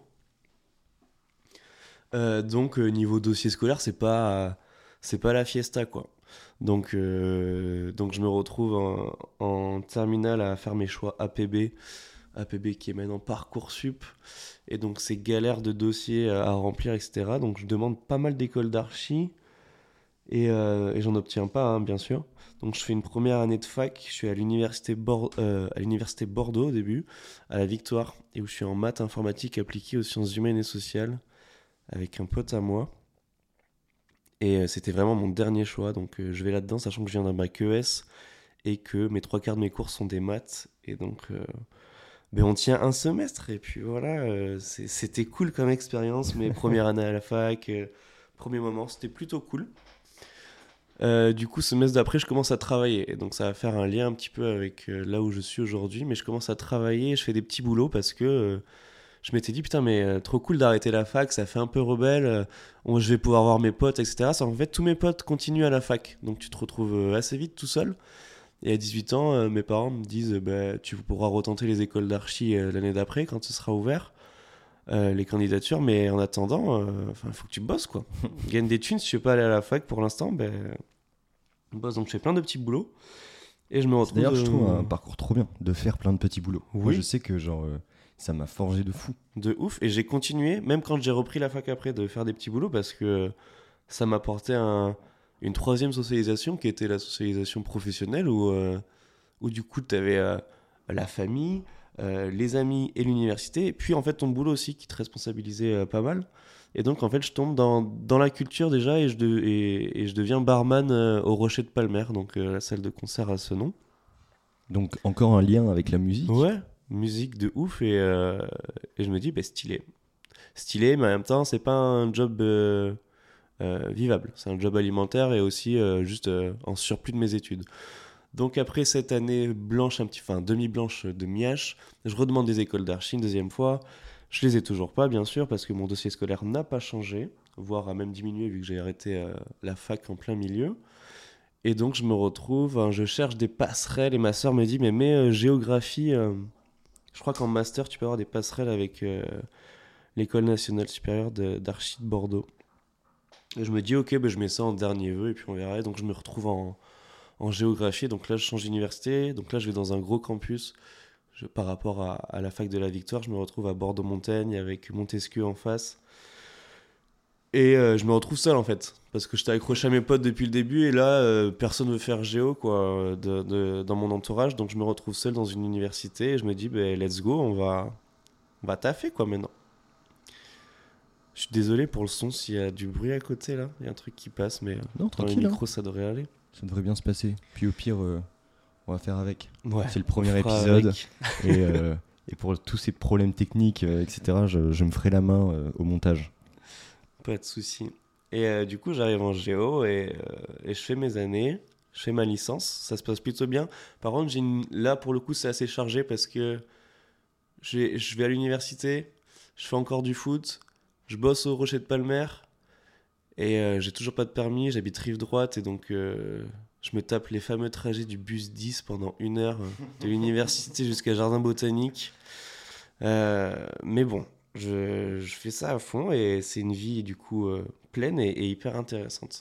Euh, donc euh, niveau dossier scolaire, c'est pas c'est pas la fiesta quoi. Donc euh, donc je me retrouve en, en terminale à faire mes choix A P B, A P B qui est maintenant Parcoursup, et donc c'est galère de dossiers à, à remplir et cetera. Donc je demande pas mal d'écoles d'archi. Et, euh, et j'en obtiens pas, hein, bien sûr. Donc je fais une première année de fac. Je suis à l'université, Bor- euh, à l'université Bordeaux au début, à la Victoire, et où je suis en maths informatique appliquée aux sciences humaines et sociales avec un pote à moi. Et euh, c'était vraiment mon dernier choix. Donc euh, je vais là-dedans, sachant que je viens d'un bac E S et que mes trois quarts de mes cours sont des maths. Et donc euh, ben on tient un semestre. Et puis voilà, euh, c'est- c'était cool comme expérience. Mes premières années à la fac, euh, premier moment, c'était plutôt cool. Euh, du coup, semestre d'après, je commence à travailler. Et donc, ça va faire un lien un petit peu avec euh, là où je suis aujourd'hui. Mais je commence à travailler, je fais des petits boulots parce que euh, je m'étais dit, putain, mais euh, trop cool d'arrêter la fac, ça fait un peu rebelle. euh, on- je vais pouvoir voir mes potes, et cetera. Ça, en fait, tous mes potes continuent à la fac. Donc, tu te retrouves euh, assez vite tout seul. Et à dix-huit ans, euh, mes parents me disent, euh, bah, tu pourras retenter les écoles d'archi euh, l'année d'après quand ce sera ouvert. euh, les candidatures, mais en attendant, il faut que tu bosses quoi. Gagne des thunes si tu veux pas aller à la fac pour l'instant, ben bosse. Donc je fais plein de petits boulots et je me retrouve. D'ailleurs, je euh, trouve un parcours trop bien de faire plein de petits boulots. Moi, Oui. je sais que genre euh, ça m'a forgé de fou. de ouf, et j'ai continué, même quand j'ai repris la fac après, de faire des petits boulots parce que ça m'apportait un, une troisième socialisation qui était la socialisation professionnelle où, euh, où du coup, tu avais euh, la famille, euh, les amis et l'université. Et puis, en fait, ton boulot aussi qui te responsabilisait euh, pas mal. Et donc, en fait, je tombe dans, dans la culture déjà et je, de- et, et je deviens barman euh, au Rocher de Palmer, donc euh, la salle de concert à ce nom. Donc encore un lien avec la musique. Ouais, musique de ouf. Et, euh, et je me dis, bah, stylé. Stylé, mais en même temps, c'est pas un job euh, euh, vivable. C'est un job alimentaire et aussi euh, juste euh, en surplus de mes études. Donc après cette année blanche, un petit, enfin demi-blanche de M I H, je redemande des écoles d'archi une deuxième fois. Je les ai toujours pas, bien sûr, parce que mon dossier scolaire n'a pas changé, voire a même diminué vu que j'ai arrêté euh, la fac en plein milieu. Et donc je me retrouve, hein, je cherche des passerelles et ma soeur me dit, mais mets euh, géographie, euh, je crois qu'en master tu peux avoir des passerelles avec euh, l'école nationale supérieure de- d'archi de Bordeaux. Et je me dis, ok, ben, je mets ça en dernier vœu et puis on verra. Et donc je me retrouve en, en géographie. Donc là, je change d'université. Donc là, je vais dans un gros campus. Je- par rapport à, à la fac de la Victoire, je me retrouve à Bordeaux-Montaigne avec Montesquieu en face. Et euh, je me retrouve seul en fait. Parce que j'étais accroché à mes potes depuis le début. Et là, euh, personne veut faire géo quoi, de, de- dans mon entourage. Donc je me retrouve seul dans une université. Et je me dis, ben, let's go, on va, on va taffer quoi maintenant. Je suis désolé pour le son s'il y a du bruit à côté là. Il y a un truc qui passe, mais euh, Non, dans les tranquille. hein. micros, ça devrait aller. Ça devrait bien se passer. Puis au pire, euh, on va faire avec. Ouais, C'est le premier on fera épisode. avec. Et, euh, et pour tous ces problèmes techniques, euh, et cetera, je, je me ferai la main euh, au montage. Pas de souci. Et euh, du coup, j'arrive en géo et, euh, et je fais mes années, je fais ma licence, ça se passe plutôt bien. Par contre, j'ai une- là, pour le coup, c'est assez chargé parce que j'ai- je vais à l'université, je fais encore du foot, je bosse au Rocher de Palmer et euh, j'ai toujours pas de permis, j'habite rive droite et donc euh, je me tape les fameux trajets du bus dix pendant une heure euh, de l'université jusqu'à Jardin Botanique. Euh, mais bon, je, je fais ça à fond et c'est une vie du coup euh, pleine et, et hyper intéressante.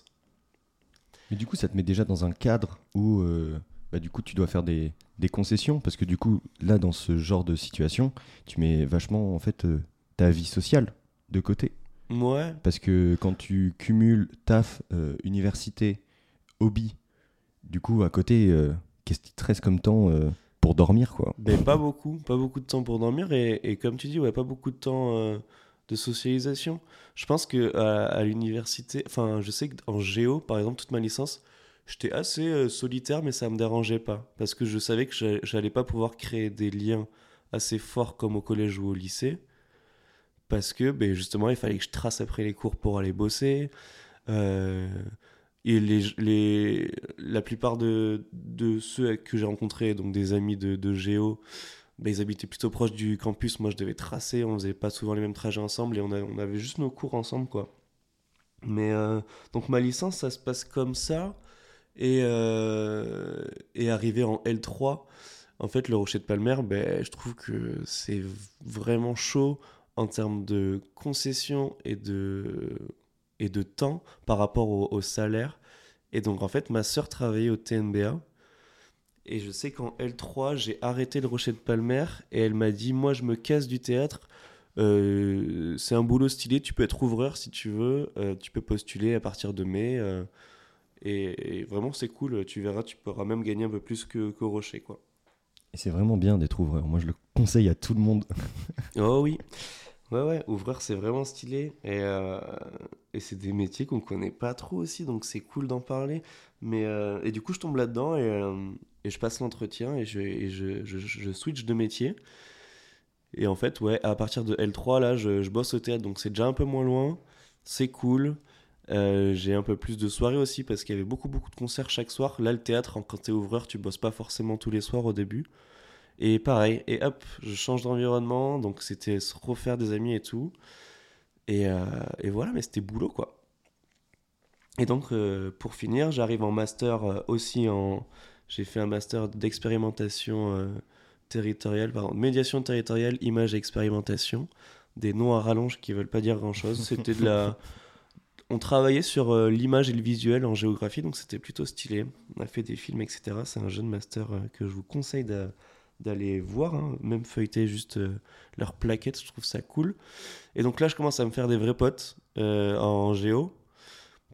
Mais du coup, ça te met déjà dans un cadre où euh, bah, du coup, tu dois faire des, des concessions. Parce que du coup, là, dans ce genre de situation, tu mets vachement en fait euh, ta vie sociale de côté. Ouais, Parce que quand tu cumules taf, euh, université, hobby, du coup, à côté, euh, qu'est-ce qui te reste comme temps euh, pour dormir, quoi? mais pas beaucoup, pas beaucoup de temps pour dormir et, et comme tu dis, ouais, pas beaucoup de temps euh, de socialisation. Je pense que à, à l'université, enfin, je sais qu'en géo, par exemple, toute ma licence, j'étais assez euh, solitaire, mais ça me dérangeait pas parce que je savais que j'a- j'allais pas pouvoir créer des liens assez forts comme au collège ou au lycée parce que, ben, justement, il fallait que je trace après les cours pour aller bosser. Euh, et les, les, la plupart de, de ceux que j'ai rencontrés, donc des amis de, de Géo, bah, ils habitaient plutôt proche du campus. Moi, je devais tracer, on faisait pas souvent les mêmes trajets ensemble et on, a- on avait juste nos cours ensemble, quoi. Mais euh, donc ma licence, ça se passe comme ça. Et, euh, et arrivé en L trois, en fait, le Rocher de Palmer, ben, je trouve que c'est vraiment chaud en termes de concessions et de, et de temps par rapport au, au salaire. Et donc, en fait, ma sœur travaillait au T N B A. Et je sais qu'en L trois, j'ai arrêté le Rocher de Palmer. Et elle m'a dit, moi, je me casse du théâtre. Euh, c'est un boulot stylé. Tu peux être ouvreur si tu veux. Euh, tu peux postuler à partir de mai. euh, et, et vraiment, c'est cool. Tu verras, tu pourras même gagner un peu plus que, qu'au Rocher, quoi. Et c'est vraiment bien d'être ouvreur. Moi, je le conseille à tout le monde. Oh oui. Ouais, ouais, ouvreur, c'est vraiment stylé. Et, euh, et c'est des métiers qu'on connaît pas trop aussi, donc c'est cool d'en parler. Mais, euh, et du coup, je tombe là-dedans et, euh, et je passe l'entretien et, je, et je, je, je switch de métier. Et en fait, ouais, à partir de L trois, là, je, je bosse au théâtre, donc c'est déjà un peu moins loin. C'est cool. Euh, j'ai un peu plus de soirées aussi parce qu'il y avait beaucoup, beaucoup de concerts chaque soir. Là, le théâtre, quand t'es ouvreur, tu bosses pas forcément tous les soirs au début. Et pareil, et hop, je change d'environnement, donc c'était se refaire des amis et tout. Et, euh, et voilà, mais c'était boulot quoi. Et donc, euh, pour finir, j'arrive en master euh, aussi en. J'ai fait un master d'expérimentation euh, territoriale, pardon, médiation territoriale, image et expérimentation. Des noms à rallonge qui veulent pas dire grand chose. C'était de la. On travaillait sur euh, l'image et le visuel en géographie, donc c'était plutôt stylé. On a fait des films, et cetera. C'est un jeune master euh, que je vous conseille d'a- d'aller voir, hein. Même feuilleter juste euh, leurs plaquettes, je trouve ça cool. Et donc là, je commence à me faire des vrais potes euh, en géo,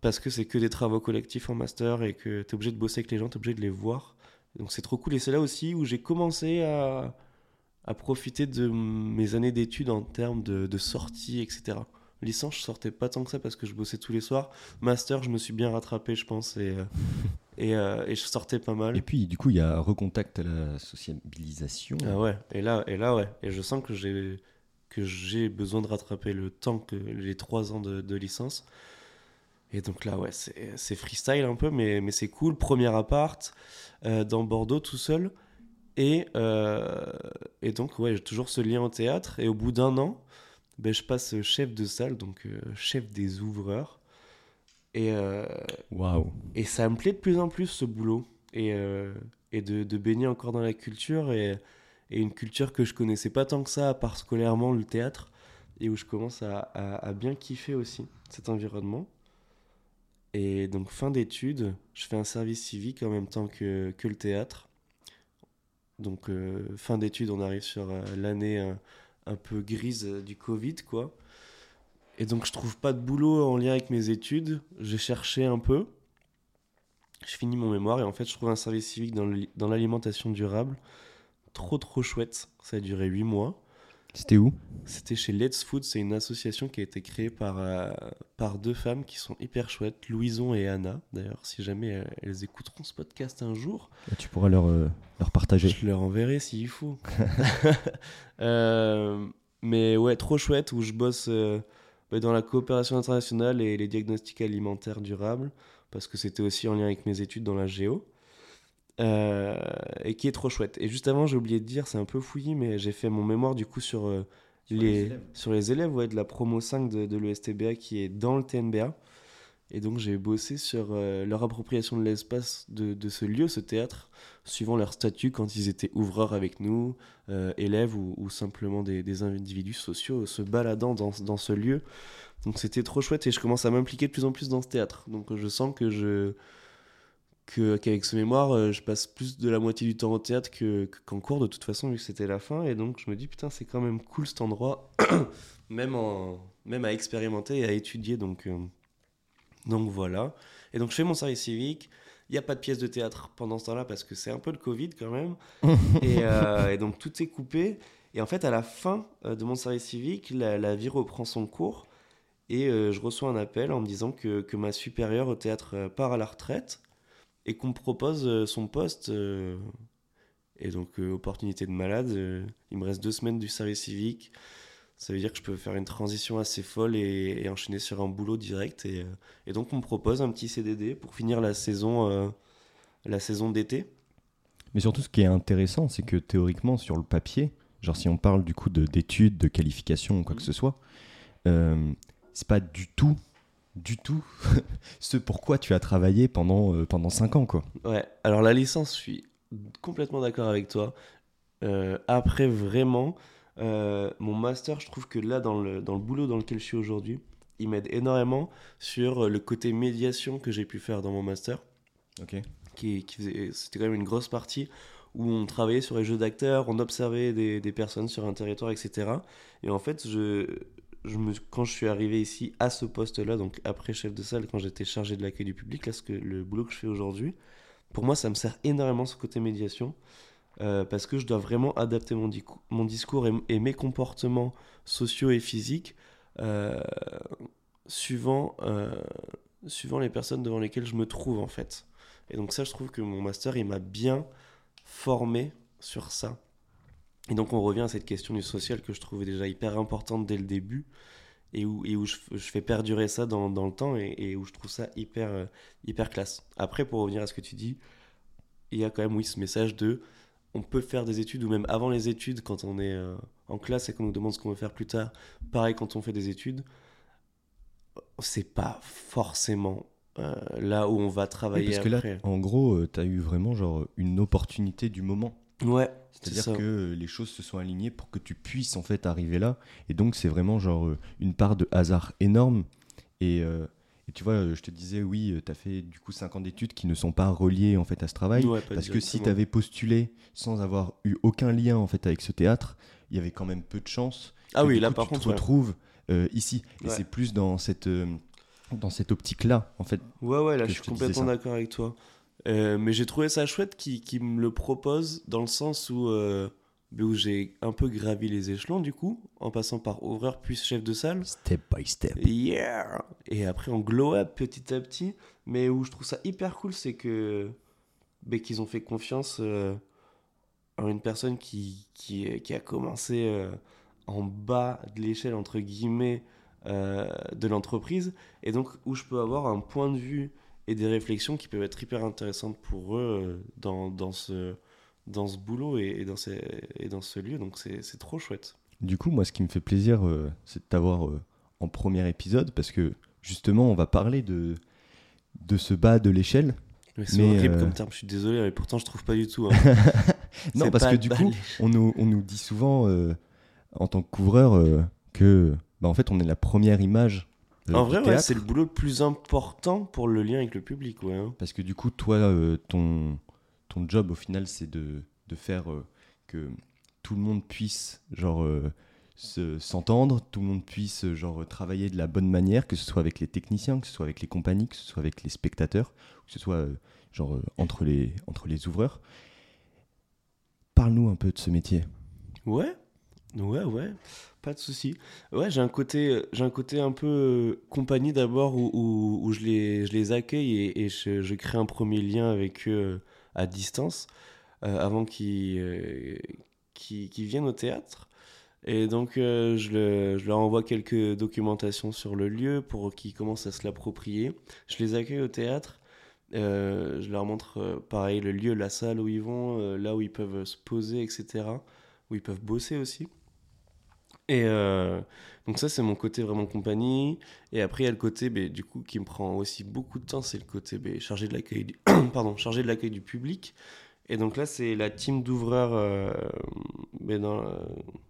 parce que c'est que des travaux collectifs en master et que t'es obligé de bosser avec les gens, t'es obligé de les voir. Donc c'est trop cool. Et c'est là aussi où j'ai commencé à, à profiter de mes années d'études en termes de, de sorties, et cetera. Licence, je sortais pas tant que ça parce que je bossais tous les soirs. Master, je me suis bien rattrapé, je pense, et, euh, et, euh, et je sortais pas mal. Et puis, du coup, il y a recontact à la sociabilisation. Ah ouais, et là, et là, ouais. Et je sens que j'ai, que j'ai besoin de rattraper le temps que les trois ans de, de licence. Et donc là, ouais, c'est, c'est freestyle un peu, mais, mais c'est cool. Premier appart, euh, dans Bordeaux, tout seul. Et, euh, et donc, ouais, j'ai toujours ce lien au théâtre. Et au bout d'un an, ben, je passe chef de salle, donc euh, chef des ouvreurs. Et, euh, Waouh. et ça me plaît de plus en plus, ce boulot. Et, euh, et de, de baigner encore dans la culture. Et, et une culture que je connaissais pas tant que ça, à part scolairement, le théâtre. Et où je commence à, à, à bien kiffer aussi cet environnement. Et donc, fin d'études, je fais un service civique en même temps que, que le théâtre. Donc, euh, fin d'études, on arrive sur euh, l'année euh, un peu grise euh, du Covid, quoi. Et donc, je trouve pas de boulot en lien avec mes études. J'ai cherché un peu. Je finis mon mémoire et en fait, je trouve un service civique dans, le, dans l'alimentation durable. Trop, trop chouette. Ça a duré huit mois. C'était où? C'était chez Let's Food, c'est une association qui a été créée par, euh, par deux femmes qui sont hyper chouettes, Louison et Anna. D'ailleurs, si jamais elles, elles écouteront ce podcast un jour, Et tu pourras leur, euh, leur partager. je leur enverrai s'il faut. euh, mais ouais, trop chouette, où je bosse euh, bah, dans la coopération internationale et les diagnostics alimentaires durables, parce que c'était aussi en lien avec mes études dans la géo. Euh, et qui est trop chouette. Et juste avant, j'ai oublié de dire, c'est un peu fouillis, mais j'ai fait mon mémoire du coup sur, euh, Sur les, les élèves. sur les élèves ouais, de la promo cinq de, de l'E S T B A qui est dans le T N B A. Et donc j'ai bossé sur euh, leur appropriation de l'espace de, de ce lieu, ce théâtre, suivant leur statut quand ils étaient ouvreurs avec nous, euh, élèves ou, ou simplement des, des individus sociaux se baladant dans, dans ce lieu. Donc c'était trop chouette et je commence à m'impliquer de plus en plus dans ce théâtre. Donc je sens que je... Que, qu'avec ce mémoire, euh, je passe plus de la moitié du temps au théâtre que, que- qu'en cours, de toute façon, vu que c'était la fin. Et donc, je me dis, putain, c'est quand même cool cet endroit, même, en, même à expérimenter et à étudier. Donc, euh, donc voilà. Et donc, je fais mon service civique. Il n'y a pas de pièce de théâtre pendant ce temps-là parce que c'est un peu le Covid quand même. et, euh, et donc, tout est coupé. Et en fait, à la fin euh, de mon service civique, la, la vie reprend son cours. Et euh, je reçois un appel en me disant que, que ma supérieure au théâtre euh, part à la retraite et qu'on me propose euh, son poste. euh, et donc, euh, opportunité de malade. euh, il me reste deux semaines du service civique. Ça veut dire que je peux faire une transition assez folle et, et enchaîner sur un boulot direct. Et, euh, et donc, on me propose un petit C D D pour finir la saison, euh, la saison d'été. Mais surtout, ce qui est intéressant, c'est que théoriquement, sur le papier, genre si on parle du coup de, d'études, de qualification ou quoi que ce soit, euh, c'est pas du tout, du tout ce pourquoi tu as travaillé pendant, euh, pendant cinq ans, quoi. Ouais, alors la licence, je suis complètement d'accord avec toi. Euh, après, vraiment, euh, mon master, je trouve que là, dans le, dans le boulot dans lequel je suis aujourd'hui, il m'aide énormément sur le côté médiation que j'ai pu faire dans mon master. Ok. Qui, qui faisait, c'était quand même une grosse partie où on travaillait sur les jeux d'acteurs, on observait des, des personnes sur un territoire, et cetera. Et en fait, je, je me, quand je suis arrivé ici à ce poste-là, donc après chef de salle, quand j'étais chargé de l'accueil du public, là, ce que, le boulot que je fais aujourd'hui, pour moi, ça me sert énormément ce côté médiation, euh, parce que je dois vraiment adapter mon, dico- mon discours et, et mes comportements sociaux et physiques euh, suivant, euh, suivant les personnes devant lesquelles je me trouve, en fait. Et donc ça, je trouve que mon master, il m'a bien formé sur ça. Et donc on revient à cette question du social que je trouvais déjà hyper importante dès le début et où, et où je, je fais perdurer ça dans, dans le temps et, et où je trouve ça hyper, euh, hyper classe. Après, pour revenir à ce que tu dis, il y a quand même, oui, ce message de on peut faire des études ou même avant les études quand on est euh, en classe et qu'on nous demande ce qu'on veut faire plus tard. Pareil quand on fait des études, c'est pas forcément euh, là où on va Oui, travailler parce que là, après. en gros, euh, t'as eu vraiment genre une opportunité du moment. Ouais, c'est C'est-à-dire ça. que euh, les choses se sont alignées pour que tu puisses en fait arriver là. Et donc, c'est vraiment genre euh, une part de hasard énorme. Et, euh, et tu vois, euh, je te disais, oui, tu as fait du coup cinq ans d'études qui ne sont pas reliés en fait à ce travail. Ouais, pas Parce que si directement. tu avais postulé sans avoir eu aucun lien en fait avec ce théâtre, il y avait quand même peu de chances Ah que oui, du là coup, par tu contre, te ouais. retrouves euh, ici. Et Ouais. c'est plus dans cette, euh, dans cette optique-là, en fait. Ouais, ouais, là que je je suis te disais complètement ça. d'accord avec toi. Euh, mais j'ai trouvé ça chouette qu'il qu'il me le propose dans le sens où, euh, ben, où j'ai un peu gravi les échelons du coup, en passant par ouvreur puis chef de salle. Step by step. Yeah! Et après on glow up petit à petit. Mais où je trouve ça hyper cool, c'est que ben, qu'ils ont fait confiance euh, en une personne qui, qui, qui a commencé euh, en bas de l'échelle, entre guillemets, euh, de l'entreprise. Et donc où je peux avoir un point de vue et des réflexions qui peuvent être hyper intéressantes pour eux euh, dans, dans, ce, dans ce boulot et, et, dans ces, et dans ce lieu. Donc c'est, c'est trop chouette. Du coup, moi, ce qui me fait plaisir, euh, c'est de t'avoir euh, en premier épisode, parce que justement, on va parler de, de ce bas de l'échelle. Mais c'est Mais, horrible euh, comme terme, je suis désolé, mais pourtant je trouve pas du tout. Hein. Non, C'est parce pas que de du bas coup, de on nous, on nous dit souvent, euh, en tant que couvreur, euh, que, bah, en fait, on est la première image euh, En du vrai, ouais, théâtre. c'est le boulot le plus important pour le lien avec le public. Ouais, hein. Parce que du coup, toi, euh, ton, ton job, au final, c'est de, de faire euh, que tout le monde puisse, genre, euh, se- s'entendre, tout le monde puisse, euh, genre, travailler de la bonne manière, que ce soit avec les techniciens, que ce soit avec les compagnies, que ce soit avec les spectateurs, que ce soit, euh, genre, euh, entre les, entre les ouvreurs. Parle-nous un peu de ce métier. Ouais, ouais, ouais, pas de souci. Ouais, j'ai un côté, j'ai un côté un peu euh, compagnie d'abord où, où, où je les, je les accueille et, et je, je crée un premier lien avec eux euh, à distance euh, avant qu'ils euh, qu'ils, qu'ils viennent au théâtre. Et donc, euh, je, le- je leur envoie quelques documentations sur le lieu pour qu'ils commencent à se l'approprier. Je les accueille au théâtre. Euh, je leur montre, euh, pareil, le lieu, la salle où ils vont, euh, là où ils peuvent se poser, et cetera. Où ils peuvent bosser aussi. Et euh, donc ça, c'est mon côté vraiment compagnie. Et après, il y a le côté, ben, du coup, qui me prend aussi beaucoup de temps, c'est le côté ben, chargé de l'accueil du... Pardon, chargé de l'accueil du public. Et donc là, c'est la team d'ouvreurs euh, ben, dans, euh,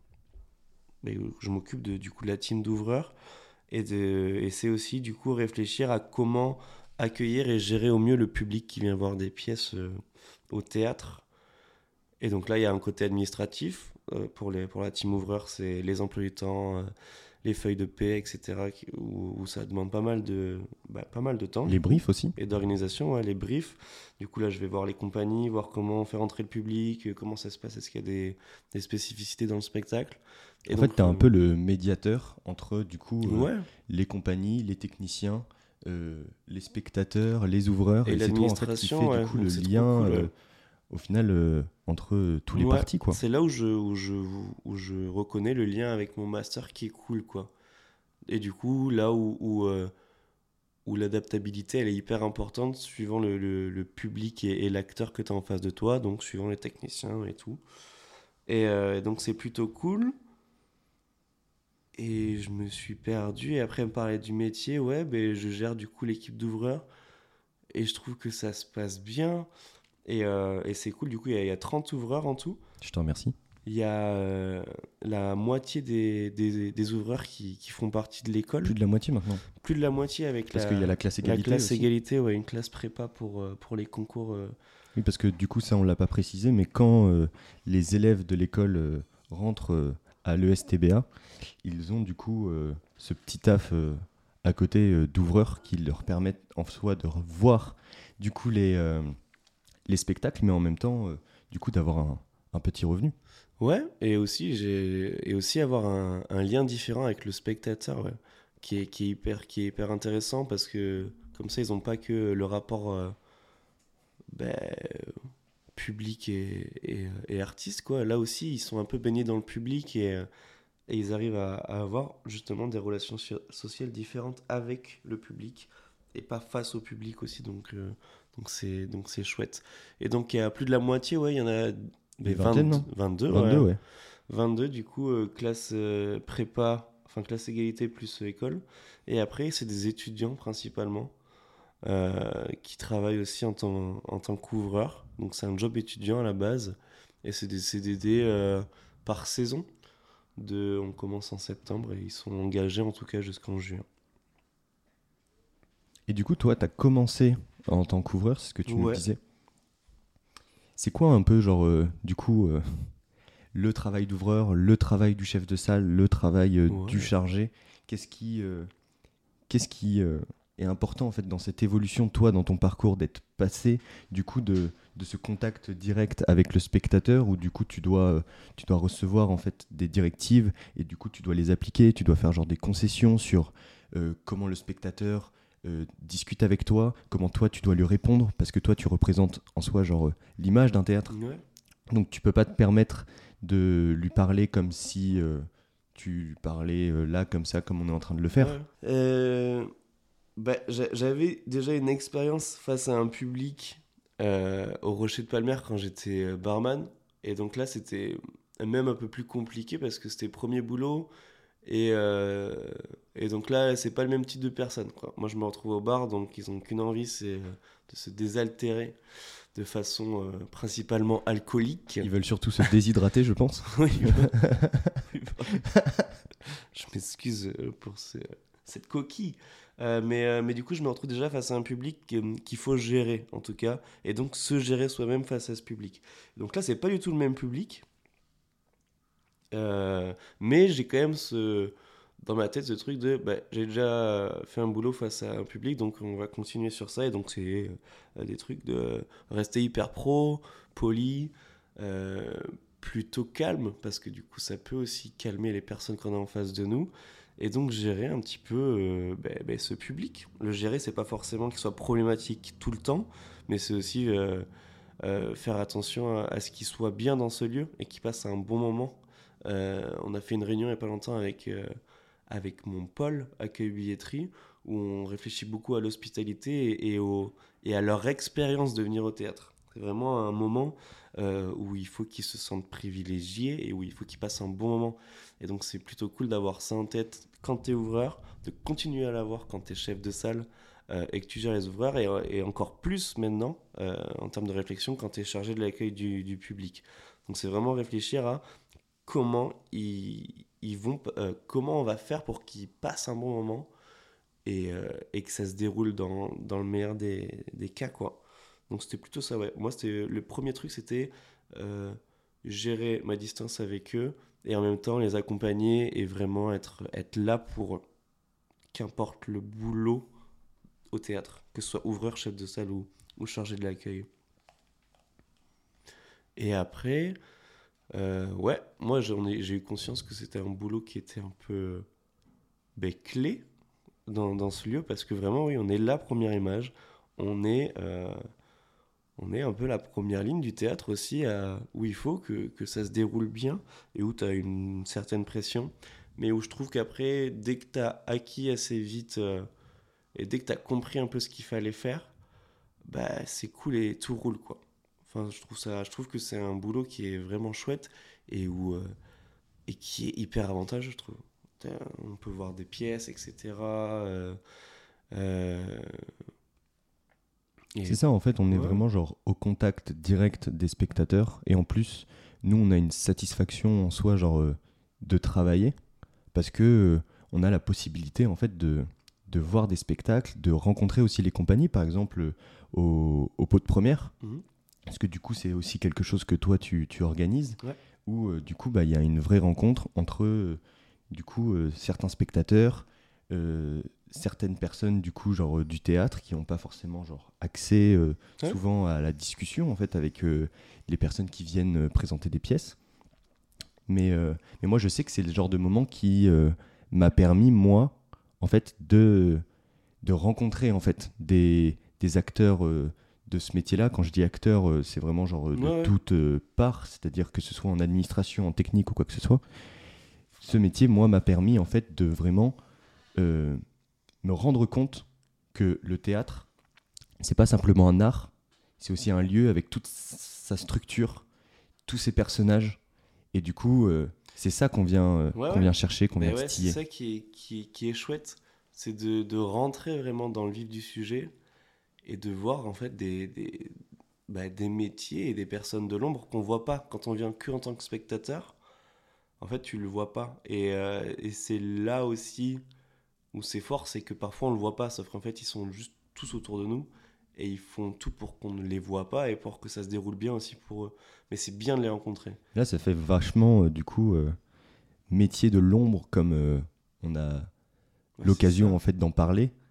ben, je m'occupe de, du coup de la team d'ouvreurs. Et, de, et c'est aussi, du coup, réfléchir à comment accueillir et gérer au mieux le public qui vient voir des pièces euh, au théâtre. Et donc là, il y a un côté administratif. euh, pour, les, pour la team ouvreur, c'est les emplois du temps, euh, les feuilles de paie, et cetera. qui- Où, où ça demande pas mal de, bah, pas mal de temps. Les briefs aussi. Et d'organisation, ouais, les briefs. Du coup, là, je vais voir les compagnies, voir comment faire entrer le public, euh, comment ça se passe, est-ce qu'il y a des, des spécificités dans le spectacle. Et En donc, fait, tu es un euh, peu le médiateur entre, du coup, euh, Ouais, les compagnies, les techniciens, euh, les spectateurs, les ouvreurs. Et c'est toi, en fait, qui l'administration, fait, ouais, du coup, donc le c'est trop lien, cool, ouais. euh, au final, euh, entre euh, tous les Ouais, partis, quoi. c'est là où je, où, je, où je reconnais le lien avec mon master qui est cool, quoi. Et du coup, là où, où, euh, où l'adaptabilité, elle est hyper importante suivant le, le, le public et, et l'acteur que tu as en face de toi, donc suivant les techniciens et tout. Et euh, donc, c'est plutôt cool. Et je me suis perdu. Et après, me parler du métier, ouais, ben, je gère du coup l'équipe d'ouvreurs. Et je trouve que ça se passe bien. Et, euh, et c'est cool, du coup, il y, a- il y a trente ouvreurs en tout. Je te remercie. Il y a euh, la moitié des, des, des ouvreurs qui, qui font partie de l'école. Plus de la moitié maintenant. Plus de la moitié avec Parce la, qu'il y a la classe la égalité classe aussi. égalité, ouais, une classe prépa pour, euh, pour les concours. euh. Oui, parce que du coup, ça, on l'a pas précisé, mais quand euh, les élèves de l'école euh, rentrent euh, à l'E S T B A, ils ont du coup euh, ce petit taf euh, à côté euh, d'ouvreurs qui leur permettent en soi de voir du coup les, euh, les spectacles, mais en même temps, euh, du coup, d'avoir un, un petit revenu. Ouais, et aussi, j'ai, et aussi avoir un, un lien différent avec le spectateur, ouais, qui est, qui est hyper, qui est hyper intéressant parce que comme ça, ils n'ont pas que le rapport euh, ben, public et, et, et artiste, quoi. Là aussi, ils sont un peu baignés dans le public et, euh, et ils arrivent à, à avoir justement des relations so- sociales différentes avec le public et pas face au public aussi, donc euh, donc c'est donc c'est chouette. Et donc il y a plus de la moitié, ouais, il y en a Des mais vingtaines, non vingt-deux, vingt-deux, ouais. ouais. vingt-deux, du coup, euh, classe euh, prépa, enfin classe égalité plus euh, école. Et après, c'est des étudiants principalement euh, qui travaillent aussi en tant, en tant qu'ouvreur. Donc c'est un job étudiant à la base. Et c'est des C D D euh, par saison. De, on commence en septembre et ils sont engagés en tout cas jusqu'en juin. Et du coup, toi, tu as commencé en tant qu'ouvreur, c'est ce que tu nous Ouais. disais. C'est quoi un peu, genre, euh, du coup, euh, le travail d'ouvreur, le travail du chef de salle, le travail euh, Ouais. du chargé? Qu'est-ce qui, euh, qu'est-ce qui euh, est important en fait dans cette évolution, toi, dans ton parcours, d'être passé du coup de, de ce contact direct avec le spectateur où du coup tu dois, euh, tu dois recevoir en fait des directives et du coup tu dois les appliquer, tu dois faire genre des concessions sur euh, comment le spectateur euh, discute avec toi, comment toi tu dois lui répondre parce que toi tu représentes en soi genre euh, l'image d'un théâtre. Ouais. Donc tu peux pas te permettre de lui parler comme si euh, tu parlais euh, là comme ça comme on est en train de le faire. Ouais. Euh, bah, j'a- j'avais déjà une expérience face à un public euh, au Rocher de Palmer quand j'étais euh, barman. Et donc là, c'était même un peu plus compliqué parce que c'était premier boulot. Et, euh, et donc là, c'est pas le même type de personne, quoi. Moi, je me retrouve au bar, donc ils ont qu'une envie, c'est euh, de se désaltérer de façon euh, principalement alcoolique. Ils veulent surtout se déshydrater, je pense. Oui, je m'excuse euh, pour ce- cette coquille. Euh, mais, euh, mais du coup, je me retrouve déjà face à un public euh, qu'il faut gérer, en tout cas, et donc se gérer soi-même face à ce public. Donc là, c'est pas du tout le même public, euh, mais j'ai quand même ce, dans ma tête ce truc de bah, j'ai déjà fait un boulot face à un public, donc on va continuer sur ça. Et donc, c'est euh, des trucs de rester hyper pro, poli, euh, plutôt calme, parce que du coup, ça peut aussi calmer les personnes qu'on a en face de nous. Et donc, gérer un petit peu euh, bah, bah, ce public. Le gérer, c'est pas forcément qu'il soit problématique tout le temps, mais c'est aussi euh, euh, faire attention à, à ce qu'il soit bien dans ce lieu et qu'il passe un bon moment. Euh, on a fait une réunion il n'y a pas longtemps avec, euh, avec mon pôle accueil billetterie où on réfléchit beaucoup à l'hospitalité et, et, au, et à leur expérience de venir au théâtre. C'est vraiment un moment euh, où il faut qu'ils se sentent privilégiés et où il faut qu'ils passent un bon moment. Et donc c'est plutôt cool d'avoir ça en tête quand tu es ouvreur, de continuer à l'avoir quand tu es chef de salle euh, et que tu gères les ouvreurs et, et encore plus maintenant euh, en termes de réflexion quand tu es chargé de l'accueil du, du public. Donc c'est vraiment réfléchir à comment ils, ils vont, euh, comment on va faire pour qu'ils passent un bon moment et, euh, et que ça se déroule dans, dans le meilleur des, des cas, quoi. Donc c'était plutôt ça, ouais. Moi, c'était, le premier truc, c'était euh, gérer ma distance avec eux et en même temps les accompagner et vraiment être, être là pour eux. Qu'importe le boulot au théâtre, que ce soit ouvreur, chef de salle ou, ou chargé de l'accueil. Et après... Euh, ouais, moi j'en ai, j'ai eu conscience que c'était un boulot qui était un peu ben, clé dans, dans ce lieu parce que vraiment, oui, on est la première image, on est, euh, on est un peu la première ligne du théâtre aussi à, où il faut que, que ça se déroule bien et où tu as une certaine pression, mais où je trouve qu'après, dès que tu as acquis assez vite euh, et dès que tu as compris un peu ce qu'il fallait faire, bah, c'est cool et tout roule quoi. Enfin, je trouve ça, je trouve que c'est un boulot qui est vraiment chouette et où euh, et qui est hyper avantageux, je trouve. On peut voir des pièces, et cetera. Euh, euh, et... C'est ça, en fait, on est Ouais. vraiment genre au contact direct des spectateurs et en plus, nous, on a une satisfaction en soi, genre euh, de travailler parce que euh, on a la possibilité en fait de de voir des spectacles, de rencontrer aussi les compagnies, par exemple euh, au, au pot de première. Mhm. Parce que du coup, c'est aussi quelque chose que toi, tu, tu organises, Ouais. où euh, du coup, bah, il y a une vraie rencontre entre euh, du coup, euh, certains spectateurs, euh, certaines personnes du coup, genre, euh, du théâtre qui n'ont pas forcément genre, accès euh, Ouais. souvent à la discussion en fait, avec euh, les personnes qui viennent euh, présenter des pièces. Mais, euh, mais moi, je sais que c'est le genre de moment qui euh, m'a permis, moi, en fait, de, de rencontrer en fait, des, des acteurs... Euh, de ce métier-là. Quand je dis acteur, euh, c'est vraiment genre euh, de Ouais, ouais. toute euh, part, c'est-à-dire que ce soit en administration, en technique ou quoi que ce soit. Ce métier, moi, m'a permis en fait de vraiment euh, me rendre compte que le théâtre, c'est pas simplement un art, c'est aussi un lieu avec toute sa structure, tous ses personnages, et du coup, euh, c'est ça qu'on vient, euh, Ouais, qu'on ouais. vient chercher, qu'on Mais vient ouais, c'est titiller. ça qui est, qui, qui est chouette, c'est de, de rentrer vraiment dans le vif du sujet et de voir en fait des, des, bah, des métiers et des personnes de l'ombre qu'on voit pas quand on vient que en tant que spectateur. En fait, tu le vois pas. Et, euh, et c'est là aussi où c'est fort, c'est que parfois on le voit pas, sauf qu'en fait ils sont juste tous autour de nous et ils font tout pour qu'on ne les voit pas et pour que ça se déroule bien aussi pour eux. Mais c'est bien de les rencontrer. Là, ça fait vachement, euh, du coup, euh, métier de l'ombre, comme euh, on a Ouais, l'occasion c'est ça. en fait d'en parler.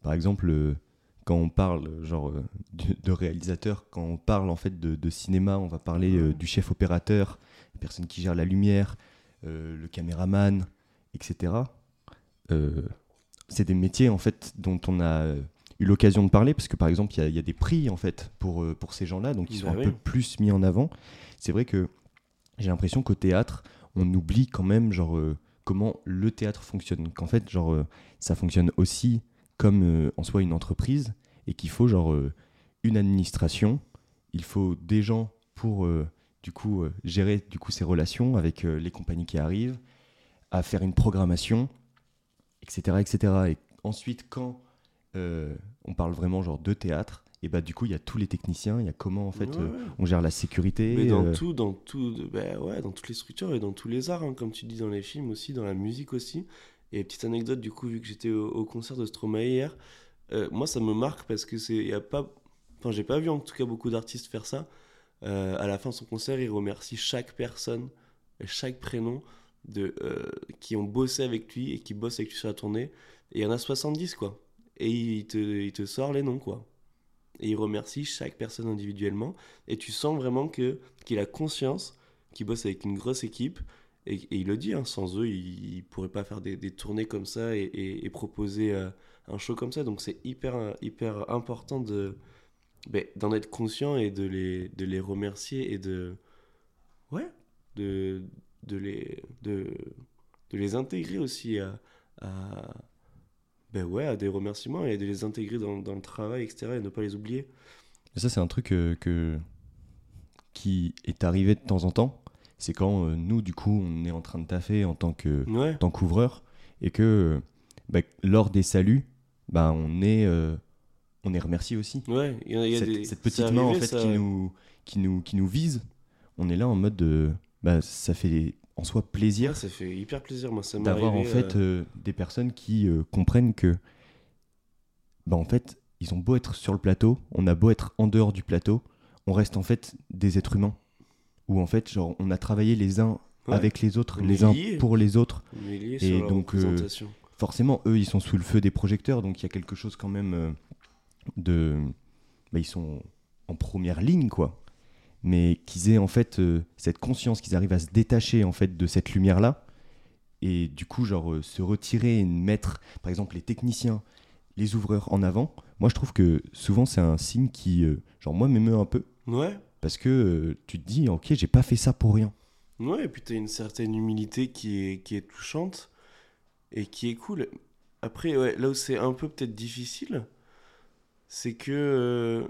par exemple, euh, quand on parle genre, euh, de, de réalisateur, quand on parle en fait de, de cinéma, on va parler euh, du chef opérateur, la personne qui gère la lumière, euh, le caméraman, et cetera. Euh, c'est des métiers en fait dont on a euh, eu l'occasion de parler, parce que par exemple, il y, y a des prix en fait pour, euh, pour ces gens-là, donc ils sont Bah un oui. peu plus mis en avant. C'est vrai que j'ai l'impression qu'au théâtre, on oublie quand même genre, euh, comment le théâtre fonctionne. Qu'en fait, genre, euh, ça fonctionne aussi comme euh, en soi une entreprise, et qu'il faut genre, euh, une administration, il faut des gens pour euh, du coup, euh, gérer du coup, ces relations avec euh, les compagnies qui arrivent, à faire une programmation, et cetera et cetera. Et ensuite, quand euh, on parle vraiment genre, de théâtre, et bah, du coup, il y a tous les techniciens, il y a comment en fait, Ouais, euh, ouais. on gère la sécurité. Mais dans euh, tout, dans tout, bah ouais, dans toutes les structures et dans tous les arts, hein, comme tu dis, dans les films aussi, dans la musique aussi. Et petite anecdote, du coup, vu que j'étais au, au concert de Stromae hier, euh, moi ça me marque parce que c'est, y a pas, enfin j'ai pas vu en tout cas beaucoup d'artistes faire ça. Euh, à la fin de son concert, il remercie chaque personne, et chaque prénom de, euh, qui ont bossé avec lui et qui bossent avec lui sur la tournée. Et il y en a soixante-dix quoi. Et il te, il te sort les noms quoi. Et il remercie chaque personne individuellement. Et tu sens vraiment que, qu'il a conscience qu'il bosse avec une grosse équipe. Et, et il le dit, hein, sans eux, il ne pourrait pas faire des, des tournées comme ça et, et- et proposer euh, un show comme ça. Donc c'est hyper, euh, hyper important de, ben, d'en être conscient et de les, de les remercier et de, ouais, de, de, les, de, de les intégrer aussi à, à, ben ouais, à des remerciements et de les intégrer dans, dans le travail, et cetera. Et ne pas les oublier. Et ça, c'est un truc euh, que, qui est arrivé de temps en temps. C'est quand euh, nous, du coup, on est en train de taffer en tant que Ouais. en tant qu'ouvreur, et que euh, bah, lors des saluts, bah, on est euh, on est remercié aussi. Ouais, il y a, il y a Cette, des... cette c'est petite main en arrivé, fait ça, qui ouais. nous qui nous qui nous vise, on est là en mode de, bah, ça fait en soi Ouais, plaisir ça fait hyper plaisir, moi, ça m'est d'avoir en arrivé. fait euh, euh, des personnes qui euh, comprennent que bah, en fait ils ont beau être sur le plateau, on a beau être en dehors du plateau, on reste en fait des êtres humains, où en fait genre on a travaillé les uns ouais, avec les autres, on est les uns liés. pour les autres, On est liés et sur la donc euh, représentation. forcément eux ils sont sous le feu des projecteurs, donc il y a quelque chose quand même euh, de, bah, ils sont en première ligne quoi, mais qu'ils aient en fait euh, cette conscience, qu'ils arrivent à se détacher en fait de cette lumière là, et du coup genre euh, se retirer et mettre par exemple les techniciens, les ouvreurs en avant. Moi je trouve que souvent c'est un signe qui euh, genre moi m'émeut un peu, Ouais, parce que euh, tu te dis ok j'ai pas fait ça pour rien. ouais, et puis t'as une certaine humilité qui est, qui est touchante et qui est cool. Après, ouais, là où c'est un peu peut-être difficile, c'est que, euh,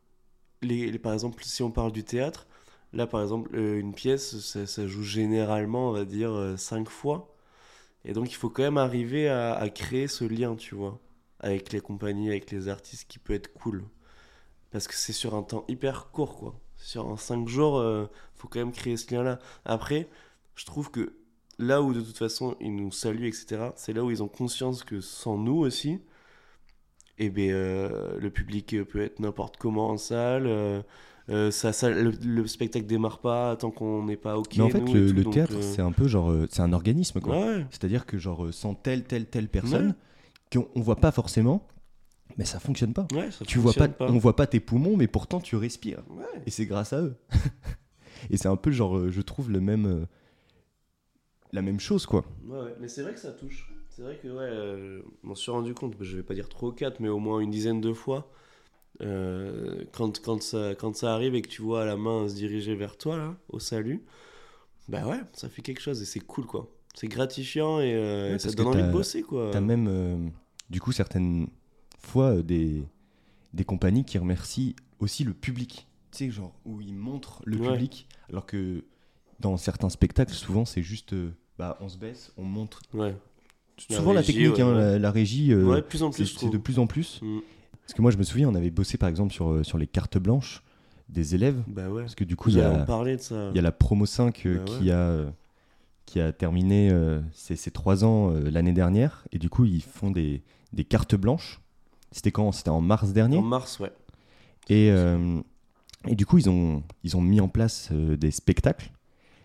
les, les- par exemple, si on parle du théâtre, là par exemple, euh, une pièce, ça, ça joue généralement, on va dire, euh, cinq fois. Et donc il faut quand même arriver à, à créer ce lien, tu vois, avec les compagnies, avec les artistes, qui peut être cool. Parce que c'est sur un temps hyper court, quoi. Sur un cinq jours, euh, faut quand même créer ce lien-là. Après, je trouve que là où de toute façon ils nous saluent, et cetera, c'est là où ils ont conscience que sans nous aussi, eh ben, euh, le public euh, peut être n'importe comment en salle. euh, euh, ça, ça- le, le spectacle démarre pas tant qu'on n'est pas OK, Mais en fait nous et le, tout. le Donc, théâtre euh, c'est un peu genre euh, c'est un organisme quoi. ouais, C'est-à-dire que genre euh, sans telle telle telle personne ouais, qu'on on voit pas forcément, mais ça fonctionne pas. ouais, ça Tu vois pas, fonctionne pas. on voit pas tes poumons, mais pourtant tu respires. Ouais. Et c'est grâce à eux. Et c'est un peu genre, euh, je trouve le même, euh, la même chose quoi. Ouais, ouais, mais c'est vrai que ça touche. C'est vrai que ouais, euh, je m'en suis rendu compte, je vais pas dire trop quatre, mais au moins une dizaine de fois, euh, quand, quand, ça, quand ça arrive et que tu vois la main se diriger vers toi, là, au salut, bah ouais, ça fait quelque chose et c'est cool, quoi. C'est gratifiant et, euh, Ouais, et ça parce te que donne envie de t'as- bosser, quoi. T'as même, euh, du coup, certaines fois euh, des, des compagnies qui remercient aussi le public. Tu sais, genre, où ils montrent le Ouais. public, alors que dans certains spectacles, souvent, c'est juste, euh, bah, on se baisse, on montre. Ouais. La Souvent, la régie, technique, ouais, hein, ouais. la, la régie, euh, Ouais, de plus en c'est plus, je c'est trouve. de plus en plus. Mm. Parce que moi, je me souviens, on avait bossé, par exemple, sur, euh, sur les cartes blanches des élèves. Bah ouais. Parce que du coup, Vous il y allez en a, parler de ça. il y a la promo cinq euh, Bah qui, ouais. a, euh, qui a terminé euh, ses, ses trois ans euh, l'année dernière. Et du coup, ils font des, des cartes blanches. C'était quand? C'était en mars dernier. En mars, ouais. Et, euh, et du coup, ils ont, ils ont mis en place euh, des spectacles.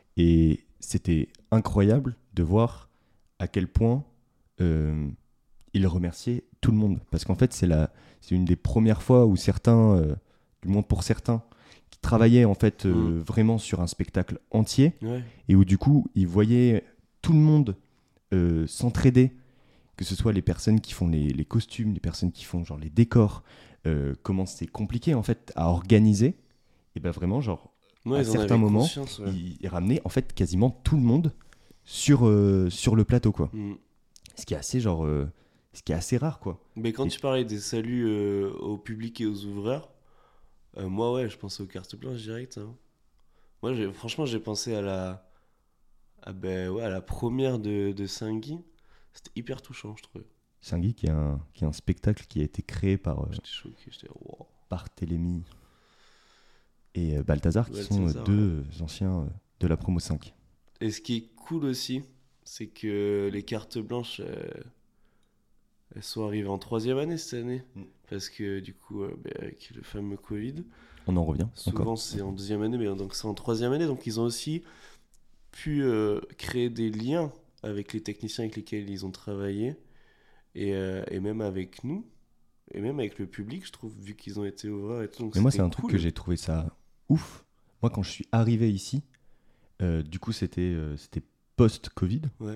Et c'était incroyable de voir à quel point euh, il remerciait tout le monde. Parce qu'en fait, c'est, la, c'est une des premières fois où certains, euh, du moins pour certains, qui travaillaient en fait euh, Mm. vraiment sur un spectacle entier, Ouais. et où du coup, ils voyaient tout le monde euh, s'entraider, que ce soit les personnes qui font les, les costumes, les personnes qui font genre les décors, euh, comment c'est compliqué en fait à organiser, et ben vraiment genre Ouais, à ils en certains avaient moments, conscience, ouais. ils, ils ramenaient en fait quasiment tout le monde sur, euh, sur le plateau quoi. Mm. Ce qui est assez genre, euh, ce qui est assez rare quoi. Mais quand Et- tu parlais des saluts euh, au public et aux ouvreurs, euh, moi, ouais, je pensais aux cartes blanches direct. Hein. Moi, j'ai, franchement, j'ai pensé à la, à, ben, ouais, à la première de, de Saint-Guy. C'était hyper touchant, je trouvais. Saint-Guy qui est un, qui est un spectacle qui a été créé par, euh, J'étais choqué, j'étais wow. Barthélemy et euh, Balthazar, qui sont euh, Balthazar, deux euh, anciens euh, de la promo cinq. Et ce qui est cool aussi, c'est que les cartes blanches, euh, elles sont arrivées en troisième année cette année. Mm. Parce que du coup, euh, ben, avec le fameux Covid, On en revient souvent encore. c'est en deuxième année, mais donc c'est en troisième année. Donc ils ont aussi pu euh, créer des liens avec les techniciens avec lesquels ils ont travaillé. Et, euh, et même avec nous. Et même avec le public, je trouve, vu qu'ils ont été ouverts et tout. Donc Mais moi, c'était c'est un truc cool. que j'ai trouvé ça ouf. Moi, quand je suis arrivé ici, euh, du coup, c'était euh, c'était post-Covid. Ouais.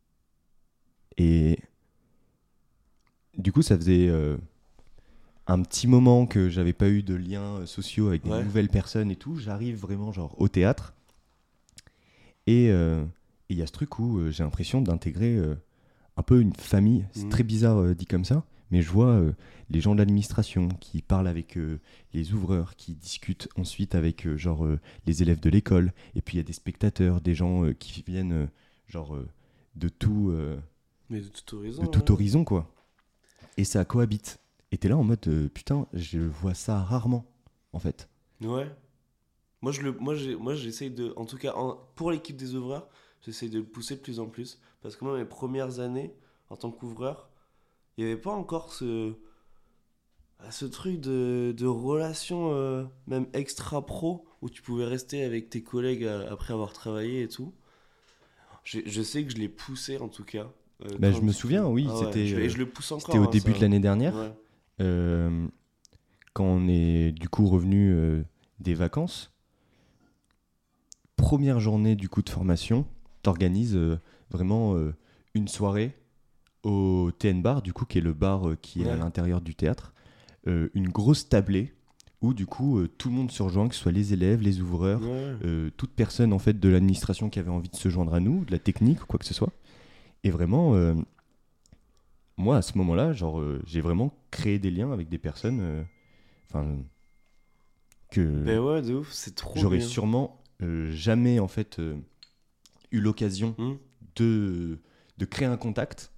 Et du coup, ça faisait euh, un petit moment que j'avais pas eu de liens euh, sociaux avec des Ouais. nouvelles personnes et tout. J'arrive vraiment genre au théâtre. Et euh, et il y a ce truc où euh, j'ai l'impression d'intégrer euh, un peu une famille. C'est Mhm. très bizarre euh, dit comme ça. Mais je vois euh, les gens de l'administration qui parlent avec euh, les ouvreurs, qui discutent ensuite avec euh, genre euh, les élèves de l'école. Et puis il y a des spectateurs, des gens euh, qui viennent euh, genre euh, de tout, euh, Mais de tout horizon. de tout ouais. horizon quoi. Et ça cohabite. Et t'es là en mode euh, putain, je vois ça rarement en fait. Ouais. Moi, je le, moi, j'ai, moi, j'essaye de, en tout cas, en- pour l'équipe des ouvreurs, j'essaye de le pousser de plus en plus. Parce que moi, mes premières années, en tant qu'ouvreur, il n'y avait pas encore ce, ah, ce truc de, de relation, euh, même extra-pro, où tu pouvais rester avec tes collègues euh, après avoir travaillé et tout. Je, je sais que je l'ai poussé, en tout cas. euh, Bah, quand je un me petit peu. souviens, oui, Ah ouais, c'était je, le- et euh, je le pousse encore. c'était au hein, début ça. de l'année dernière. Ouais. Euh, quand on est du coup revenu euh, des vacances, première journée du coup de formation, t'organises euh, vraiment euh, une soirée au T N Bar, du coup, qui est le bar euh, qui est à Ouais. l'intérieur du théâtre, euh, une grosse tablée où du coup euh, tout le monde se rejoint, que ce soit les élèves, les ouvreurs, Ouais. euh, toute personne en fait de l'administration qui avait envie de se joindre à nous, de la technique ou quoi que ce soit. Et vraiment, euh, moi à ce moment-là, genre, euh, j'ai vraiment créé des liens avec des personnes, euh, enfin, que Ben ouais, de ouf, c'est trop j'aurais bien. sûrement euh, jamais en fait euh, eu l'occasion Hmm. de, de créer un contact.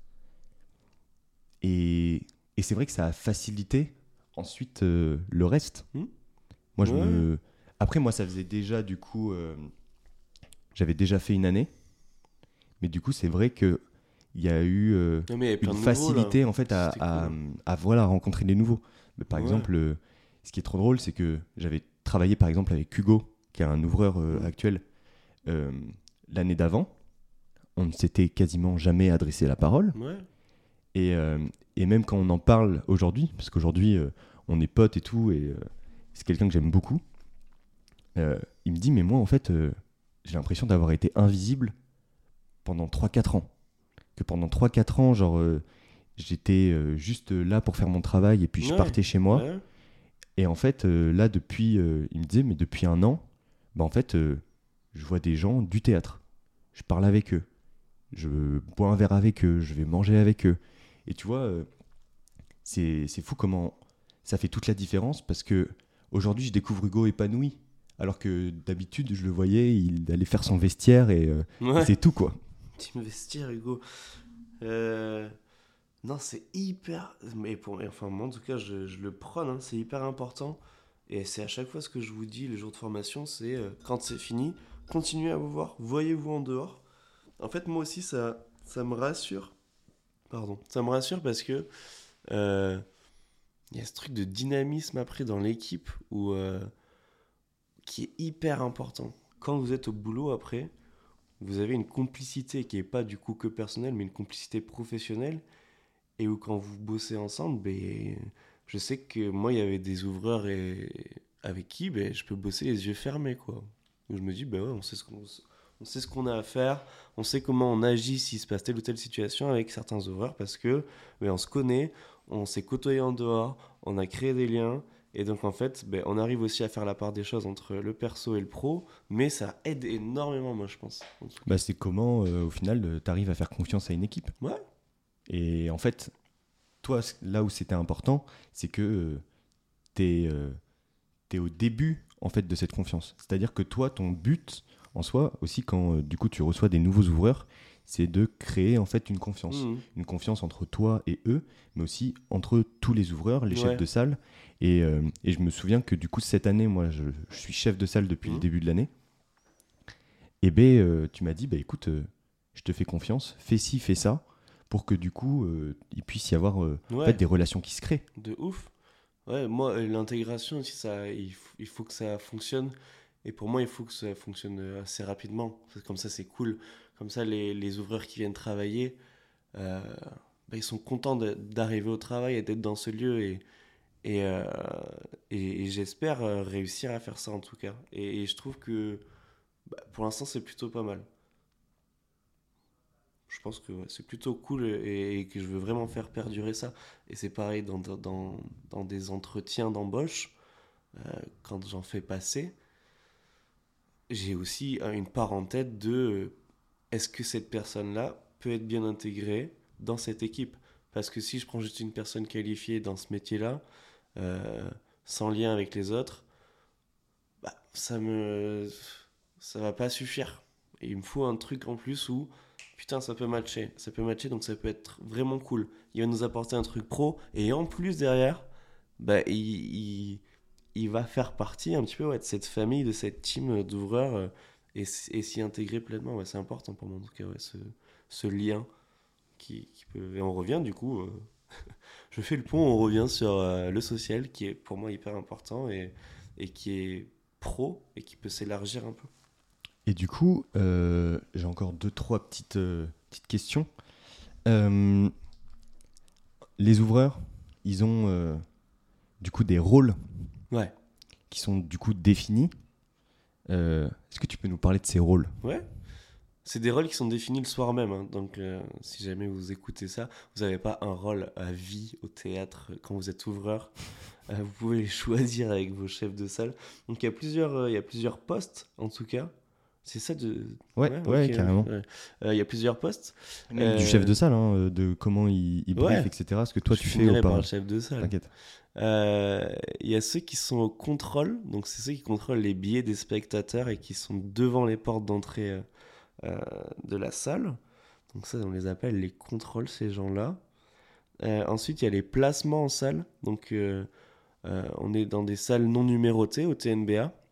Et, et c'est vrai que ça a facilité ensuite euh, le reste. Hmm. Moi, je Ouais. me... Après, moi, ça faisait déjà, du coup, euh, j'avais déjà fait une année. Mais du coup, c'est vrai qu'il y a eu euh, Non, mais il y avait plein une de nouveaux, facilité là. en fait à, C'était à, cool. à, voilà, rencontrer des nouveaux. Mais par Ouais. exemple, euh, ce qui est trop drôle, c'est que j'avais travaillé par exemple avec Hugo, qui est un ouvreur euh, Mm. actuel, euh, l'année d'avant. On ne s'était quasiment jamais adressé la parole. Ouais. Et, euh, et même quand on en parle aujourd'hui, parce qu'aujourd'hui euh, on est potes et tout, et euh, c'est quelqu'un que j'aime beaucoup, euh, il me dit, mais moi en fait, euh, j'ai l'impression d'avoir été invisible pendant trois quatre ans. Que pendant trois quatre ans, genre, euh, j'étais euh, juste là pour faire mon travail et puis je Ouais. partais chez moi. Ouais. Et en fait, euh, là, depuis, euh, il me disait, mais depuis un an, bah, en fait, euh, je vois des gens du théâtre. Je parle avec eux. Je bois un verre avec eux. Je vais manger avec eux. Et tu vois, euh, c'est, c'est fou comment ça fait toute la différence parce que aujourd'hui, je découvre Hugo épanoui. Alors que d'habitude, je le voyais, il allait faire son vestiaire et, euh, et Ouais. c'est tout, quoi. Team Vestiaire, Hugo. Euh, Non, c'est hyper. Mais pour... Enfin, moi, en tout cas, je, je le prône, hein, c'est hyper important. Et c'est à chaque fois ce que je vous dis, les jours de formation, c'est euh, quand c'est fini, continuez à vous voir, voyez-vous en dehors. En fait, moi aussi, ça, ça me rassure. Pardon. Ça me rassure parce que euh, il y a ce truc de dynamisme après dans l'équipe où, euh, qui est hyper important. Quand vous êtes au boulot après, vous avez une complicité qui n'est pas du coup que personnelle, mais une complicité professionnelle. et où quand vous bossez ensemble, ben, je sais que moi, il y avait des ouvreurs et, avec qui ben, je peux bosser les yeux fermés, quoi. Où je me dis, ben ouais, on sait ce qu'on, on sait ce qu'on a à faire, on sait comment on agit s'il se passe telle ou telle situation avec certains ouvreurs parce que ben, on se connaît, on s'est côtoyé en dehors, on a créé des liens. Et donc en fait, ben, on arrive aussi à faire la part des choses entre le perso et le pro, mais ça aide énormément, moi je pense. Bah, c'est comment, euh, au final, tu arrives à faire confiance à une équipe. Ouais. Et en fait, toi, c- là où c'était important, c'est que euh, tu es, au début en fait, de cette confiance. C'est-à-dire que toi, ton but en soi, aussi, quand euh, du coup tu reçois des nouveaux ouvreurs, c'est de créer en fait une confiance. Mmh. Une confiance entre toi et eux, mais aussi entre tous les ouvreurs, les Ouais. chefs de salle. Et, euh, et je me souviens que du coup, cette année, moi, je, je suis chef de salle depuis Mmh. le début de l'année. Et ben, euh, tu m'as dit, bah, écoute, euh, je te fais confiance, fais ci, fais ça, pour que du coup, euh, il puisse y avoir euh, en Ouais. fait, des relations qui se créent. De ouf. Ouais, moi, euh, l'intégration aussi, ça, il, f- il faut que ça fonctionne. Et pour moi, il faut que ça fonctionne euh, assez rapidement. Parce que comme ça, c'est cool. Comme ça, les, les ouvreurs qui viennent travailler, euh, bah, ils sont contents de- d'arriver au travail et d'être dans ce lieu. Et, et, euh, et, et j'espère euh, réussir à faire ça en tout cas. Et, et je trouve que bah, pour l'instant, c'est plutôt pas mal. Je pense que ouais, c'est plutôt cool et, et que je veux vraiment faire perdurer ça. Et c'est pareil dans, dans, dans- dans des entretiens d'embauche, euh, quand j'en fais passer, j'ai aussi euh, une part en tête de euh, est-ce que cette personne-là peut être bien intégrée dans cette équipe? Parce que si je prends juste une personne qualifiée dans ce métier-là, euh, sans lien avec les autres, bah, ça me ça va pas suffire. Et il me faut un truc en plus où putain ça peut matcher, ça peut matcher donc ça peut être vraiment cool. Il va nous apporter un truc pro et en plus derrière, bah il, il, il va faire partie un petit peu ouais, de cette famille, de cette team d'ouvreurs euh, et, s- et s'y intégrer pleinement. Ouais, c'est important pour moi en tout cas ouais, ce, ce lien qui, qui peut et on revient du coup. euh, je fais le pont, on revient sur euh, le social qui est pour moi hyper important et, et qui est pro et qui peut s'élargir un peu. Et du coup, euh, j'ai encore deux, trois petites, euh, petites questions. Euh, les ouvreurs, ils ont euh, du coup des rôles Ouais. qui sont du coup définis. Euh, est-ce que tu peux nous parler de ces rôles? Ouais. C'est des rôles qui sont définis le soir même. hein. Donc, euh, si jamais vous écoutez ça, vous n'avez pas un rôle à vie au théâtre quand vous êtes ouvreur. Euh, vous pouvez les choisir avec vos chefs de salle. Donc, il y a plusieurs, euh, il y a plusieurs postes, en tout cas. C'est ça de... Ouais, ouais, ok, carrément. ouais. Euh, Il y a plusieurs postes. Même du Euh, chef de salle, hein, euh, de comment il, il brief, Ouais. et cetera. Ce que toi je tu fais finirai au par par... le chef de salle. T'inquiète. Euh, Il y a ceux qui sont au contrôle, donc c'est ceux qui contrôlent les billets des spectateurs et qui sont devant les portes d'entrée euh, euh, de la salle. Donc ça, on les appelle les contrôles, ces gens-là. Euh, ensuite, il y a les placements en salle. Donc euh, euh, on est dans des salles non numérotées au T N B A.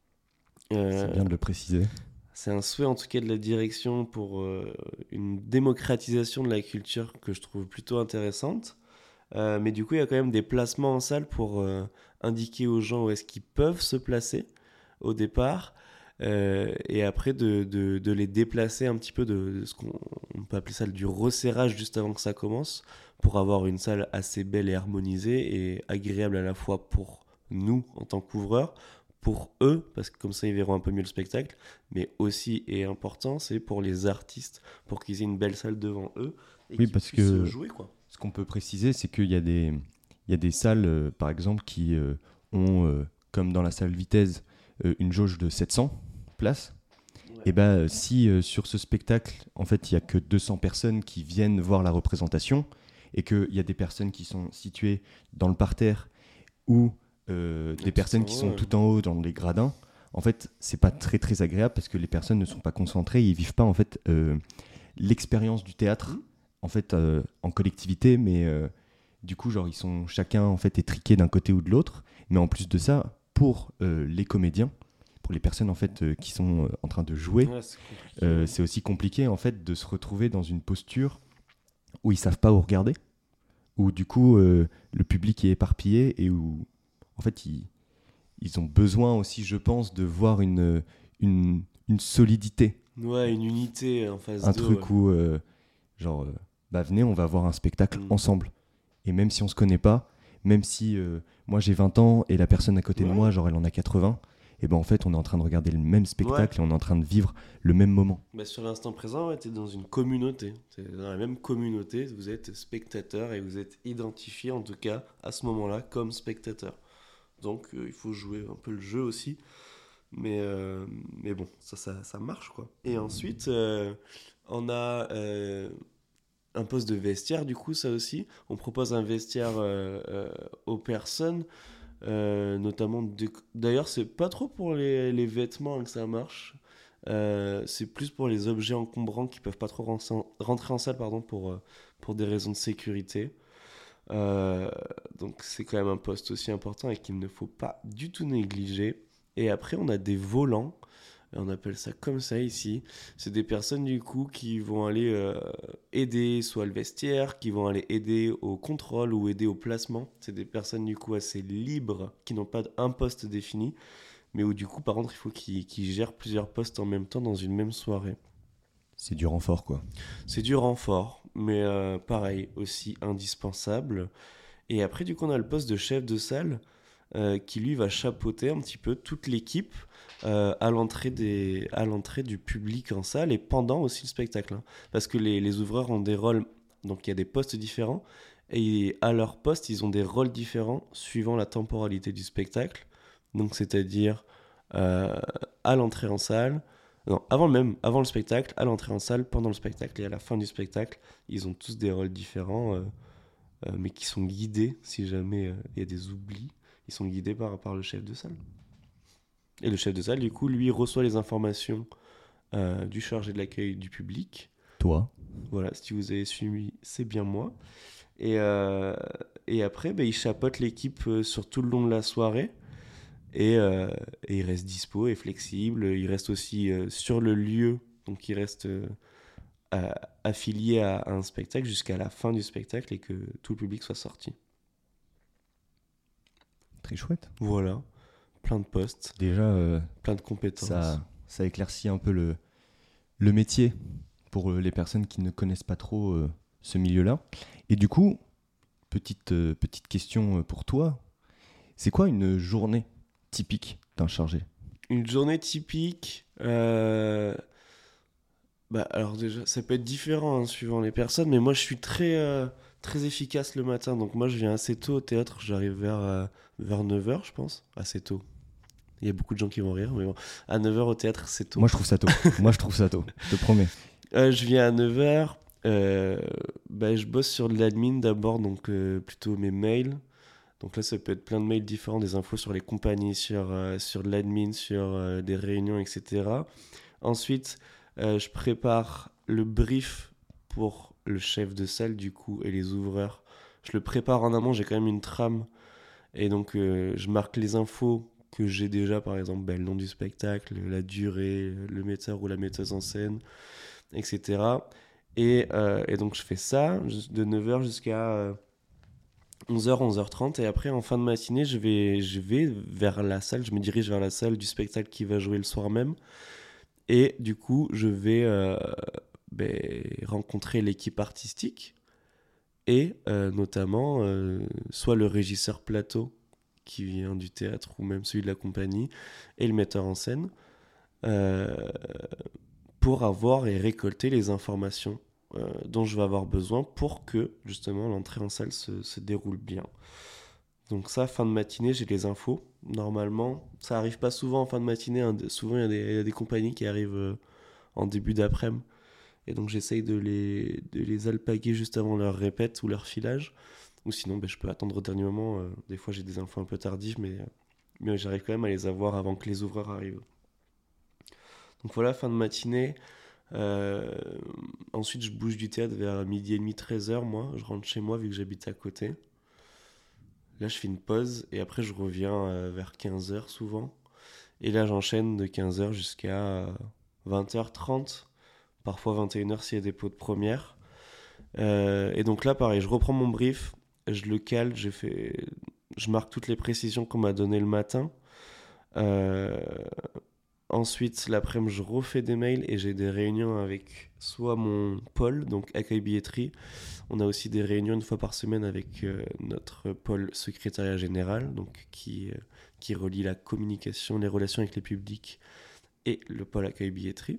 Euh, C'est bien de le préciser. c'est un souhait en tout cas de la direction pour euh, une démocratisation de la culture que je trouve plutôt intéressante. Euh, mais du coup, il y a quand même des placements en salle pour euh, indiquer aux gens où est-ce qu'ils peuvent se placer au départ. Euh, et après de, de, de les déplacer un petit peu de, de ce qu'on on peut appeler ça du resserrage juste avant que ça commence pour avoir une salle assez belle et harmonisée et agréable à la fois pour nous en tant qu'ouvreurs, pour eux, parce que comme ça ils verront un peu mieux le spectacle, mais aussi et important, c'est pour les artistes, pour qu'ils aient une belle salle devant eux et Oui, qu'ils parce puissent que- jouer quoi. Ce qu'on peut préciser, c'est qu'il y a des, il y a des salles, euh, par exemple, qui euh, ont, euh, comme dans la salle Vitesse, euh, une jauge de sept cents places. Ouais. Et ben, euh, si euh, sur ce spectacle, en fait, il n'y a que deux cents personnes qui viennent voir la représentation, et qu'il y a des personnes qui sont situées dans le parterre ou euh, des tout personnes en qui haut, sont ouais. tout en haut dans les gradins, en fait, c'est pas très très agréable parce que les personnes ne sont pas concentrées, ils vivent pas en fait euh, l'expérience du théâtre Mhm. en fait euh, en collectivité, mais euh, du coup genre ils sont chacun en fait étriqués d'un côté ou de l'autre. Mais en plus de ça, pour euh, les comédiens, pour les personnes en fait euh, qui sont euh, en train de jouer, Ouais, c'est compliqué. euh, c'est aussi compliqué en fait de se retrouver dans une posture où ils savent pas où regarder, où du coup euh, le public est éparpillé et où en fait ils, ils ont besoin aussi, je pense, de voir une, une, une solidité, Ouais, une unité en face un d'eux. truc ouais. où euh, genre euh, bah venez, on va voir un spectacle Mm. ensemble. Et même si on se connaît pas, même si euh, moi j'ai vingt ans et la personne à côté de Ouais. moi, genre elle en a quatre-vingts, et ben en fait on est en train de regarder le même spectacle et on est en train de vivre le même moment. Bah, sur l'instant présent, ouais, tu es dans une communauté. Tu es dans la même communauté, vous êtes spectateur et vous êtes identifié en tout cas à ce moment-là comme spectateur. Donc euh, il faut jouer un peu le jeu aussi. Mais, euh, mais bon, ça, ça, ça marche quoi. Et ensuite, euh, on a euh, un poste de vestiaire du coup, ça aussi. On propose un vestiaire euh, euh, aux personnes. Euh, notamment de- d'ailleurs c'est pas trop pour les, les vêtements que ça marche. Euh, c'est plus pour les objets encombrants qui peuvent pas trop rentrer en, rentrer en salle pardon, pour, euh, pour des raisons de sécurité. Euh, donc c'est quand même un poste aussi important et qu'il ne faut pas du tout négliger. Et après on a des volants. On appelle ça comme ça ici. C'est des personnes du coup qui vont aller euh, aider soit le vestiaire, qui vont aller aider au contrôle ou aider au placement. C'est des personnes du coup assez libres, qui n'ont pas un poste défini, mais où du coup par contre il faut qu'ils qu'ils gèrent plusieurs postes en même temps dans une même soirée. C'est du renfort quoi. C'est du renfort, mais euh, pareil, aussi indispensable. Et après du coup on a le poste de chef de salle euh, qui lui va chapeauter un petit peu toute l'équipe euh, à l'entrée des, à l'entrée du public en salle et pendant aussi le spectacle. Hein. Parce que les, les ouvreurs ont des rôles, donc il y a des postes différents et à leur poste ils ont des rôles différents suivant la temporalité du spectacle. Donc c'est-à-dire euh, à l'entrée en salle, non, avant même, avant le spectacle, à l'entrée en salle, pendant le spectacle et à la fin du spectacle, ils ont tous des rôles différents, euh, euh, mais qui sont guidés si jamais euh, il y a des oublis. Ils sont guidés par, par le chef de salle. Et le chef de salle, du coup, lui, reçoit les informations euh, du chargé de l'accueil du public. Toi, Voilà, si vous avez suivi, c'est bien moi. Et, euh, et après, bah, il chapeaute l'équipe euh, sur tout le long de la soirée. Et, euh, et il reste dispo et flexible. Il reste aussi euh, sur le lieu. Donc il reste euh, à- affilié à, à un spectacle jusqu'à la fin du spectacle et que tout le public soit sorti. très chouette. Voilà, plein de postes, Déjà, euh, plein de compétences. ça, ça éclaircit un peu le, le métier pour euh, les personnes qui ne connaissent pas trop euh, ce milieu-là. Et du coup, petite, euh, petite question euh, pour toi. C'est quoi une journée typique d'un chargé? Une journée typique, euh, bah alors déjà, ça peut être différent hein, suivant les personnes, mais moi je suis très, euh, très efficace le matin, donc moi je viens assez tôt au théâtre, j'arrive vers, euh, vers neuf heures je pense, assez tôt. Il y a beaucoup de gens qui vont rire, mais bon, à neuf heures au théâtre c'est tôt. Moi, je trouve ça tôt. Moi, je trouve ça tôt. Je te promets. Euh, je viens à neuf heures, euh, bah, je bosse sur de l'admin d'abord, donc euh, plutôt mes mails. Donc là, ça peut être plein de mails différents, des infos sur les compagnies, sur, euh, sur de l'admin, sur euh, des réunions, et cetera. Ensuite, euh, je prépare le brief pour le chef de salle, du coup, et les ouvreurs. Je le prépare en amont, j'ai quand même une trame. Et donc, euh, je marque les infos que j'ai déjà, par exemple, bah, le nom du spectacle, la durée, le metteur ou la metteuse en scène, et cetera. Et, euh, et donc, je fais ça de neuf heures jusqu'à... euh, onze heures, onze heures trente et après en fin de matinée je vais, je vais vers la salle, je me dirige vers la salle du spectacle qui va jouer le soir même et du coup je vais euh, ben, rencontrer l'équipe artistique et euh, notamment euh, soit le régisseur plateau qui vient du théâtre ou même celui de la compagnie et le metteur en scène euh, pour avoir et récolter les informations euh, dont je vais avoir besoin pour que justement l'entrée en salle se, se déroule bien. Donc ça, fin de matinée, j'ai les infos. Normalement, ça arrive pas souvent en fin de matinée. Hein. Souvent, il y, a des- il y a des compagnies qui arrivent euh, en début d'après-midi. Et donc j'essaye de les, de les alpaguer juste avant leur répète ou leur filage. Ou sinon, ben, je peux attendre au dernier moment. Euh, des fois, j'ai des infos un peu tardives, mais, mais j'arrive quand même à les avoir avant que les ouvreurs arrivent. Donc voilà, fin de matinée. Euh, ensuite, je bouge du théâtre vers midi et demi, treize heures, moi. Je rentre chez moi vu que j'habite à côté. Là, je fais une pause et après, je reviens euh, vers quinze heures souvent. Et là, j'enchaîne de quinze heures jusqu'à vingt heures trente, parfois vingt et une heures s'il y a des pots de première. Euh, et donc là, pareil, je reprends mon brief, je le cale, je, fais... je marque toutes les précisions qu'on m'a données le matin. Euh... ensuite, l'après-midi, je refais des mails et j'ai des réunions avec soit mon pôle, donc accueil billetterie. On a aussi des réunions une fois par semaine avec euh, notre pôle secrétariat général, donc qui, euh, qui relie la communication, les relations avec les publics et le pôle accueil billetterie.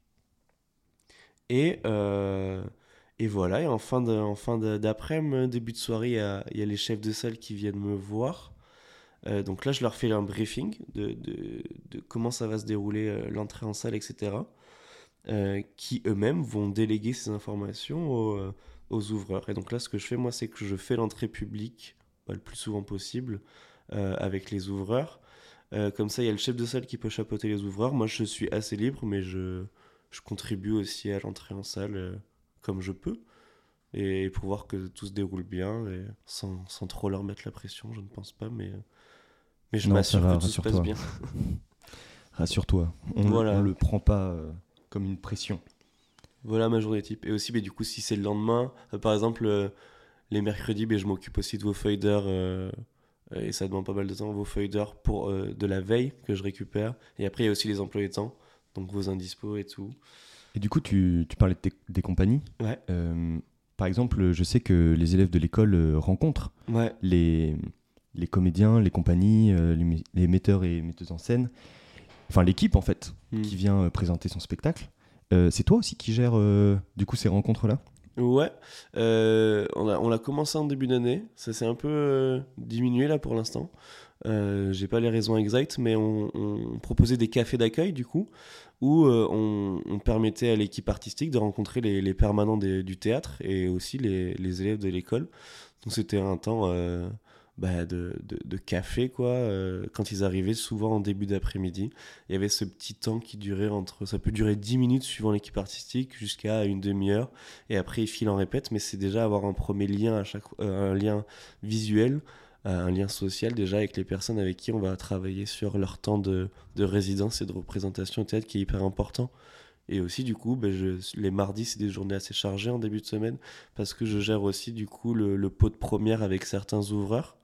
Et, euh, et voilà, et en fin, de, en fin de, d'après-midi, début de soirée, il y a, il y a les chefs de salle qui viennent me voir. Euh, donc là, je leur fais un briefing de, de, de comment ça va se dérouler, euh, l'entrée en salle, et cetera. Euh, qui eux-mêmes vont déléguer ces informations aux, euh, aux ouvreurs. Et donc là, ce que je fais, moi, c'est que je fais l'entrée publique bah, le plus souvent possible euh, avec les ouvreurs. Euh, comme ça, il y a le chef de salle qui peut chapeauter les ouvreurs. Moi, je suis assez libre, mais je, je contribue aussi à l'entrée en salle euh, comme je peux. Et pour voir que tout se déroule bien, et sans, sans trop leur mettre la pression, je ne pense pas, mais... euh, Mais je Non, m'assure ça va, que tout se passe rassure-toi. bien. Rassure-toi, on, Voilà. on le prend pas euh, comme une pression. Voilà ma journée type. Et aussi, bah, du coup, si c'est le lendemain, euh, par exemple, euh, les mercredis, bah, je m'occupe aussi de vos feuilles d'heure, euh, et ça demande pas mal de temps, vos feuilles d'heure pour, euh, de la veille que je récupère. Et après, il y a aussi les emplois du temps, donc vos indispos et tout. Et du coup, tu, tu parlais de tes- des compagnies. Ouais, Euh, par exemple, je sais que les élèves de l'école euh, rencontrent ouais. les, les comédiens, les compagnies, euh, les, mé- les metteurs et metteuses en scène, enfin l'équipe en fait, Hmm. qui vient euh, présenter son spectacle. Euh, c'est toi aussi qui gère euh, du coup ces rencontres-là? Ouais, euh, on a, on l'a commencé en début d'année, ça s'est un peu euh, diminué là pour l'instant. Euh, j'ai pas les raisons exactes, mais on, on proposait des cafés d'accueil du coup, où euh, on, on permettait à l'équipe artistique de rencontrer les, les permanents des- du théâtre et aussi les, les élèves de l'école. Donc c'était un temps euh, bah, de, de, de café quoi. Euh, quand ils arrivaient, souvent en début d'après-midi, il y avait ce petit temps qui durait entre, ça peut durer dix minutes suivant l'équipe artistique jusqu'à une demi-heure. Et après ils filent en répète, mais c'est déjà avoir un premier lien à chaque, euh, un lien visuel, euh, un lien social déjà avec les personnes avec qui on va travailler sur leur temps de, de résidence et de représentation au théâtre qui est hyper important. Et aussi du coup, ben, je, les mardis c'est des journées assez chargées en début de semaine parce que je gère aussi du coup le, le pot de première avec certains ouvreurs.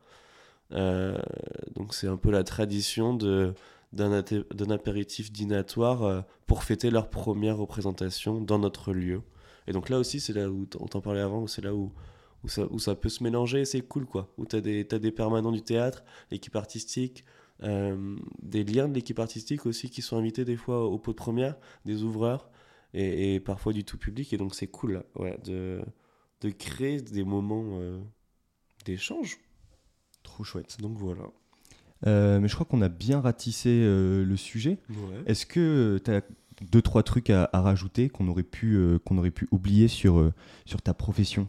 Euh, donc c'est un peu la tradition de, d'un, athé- d'un apéritif dînatoire euh, pour fêter leur première représentation dans notre lieu. Et donc là aussi, c'est là où t- on t'en parlait avant, où c'est là où, où, ça, où ça peut se mélanger et c'est cool quoi. Où t'as des, t'as des permanents du théâtre, l'équipe artistique, euh, des liens de l'équipe artistique aussi qui sont invités des fois au pot de première, des ouvreurs et, et parfois du tout public. Et donc c'est cool là, ouais, de, de créer des moments euh, d'échange. Trop chouette. Donc voilà. Euh, mais je crois qu'on a bien ratissé euh, le sujet. Ouais. Est-ce que tu as deux, trois trucs à, à rajouter qu'on aurait pu, euh, qu'on aurait pu oublier sur, euh, sur ta profession?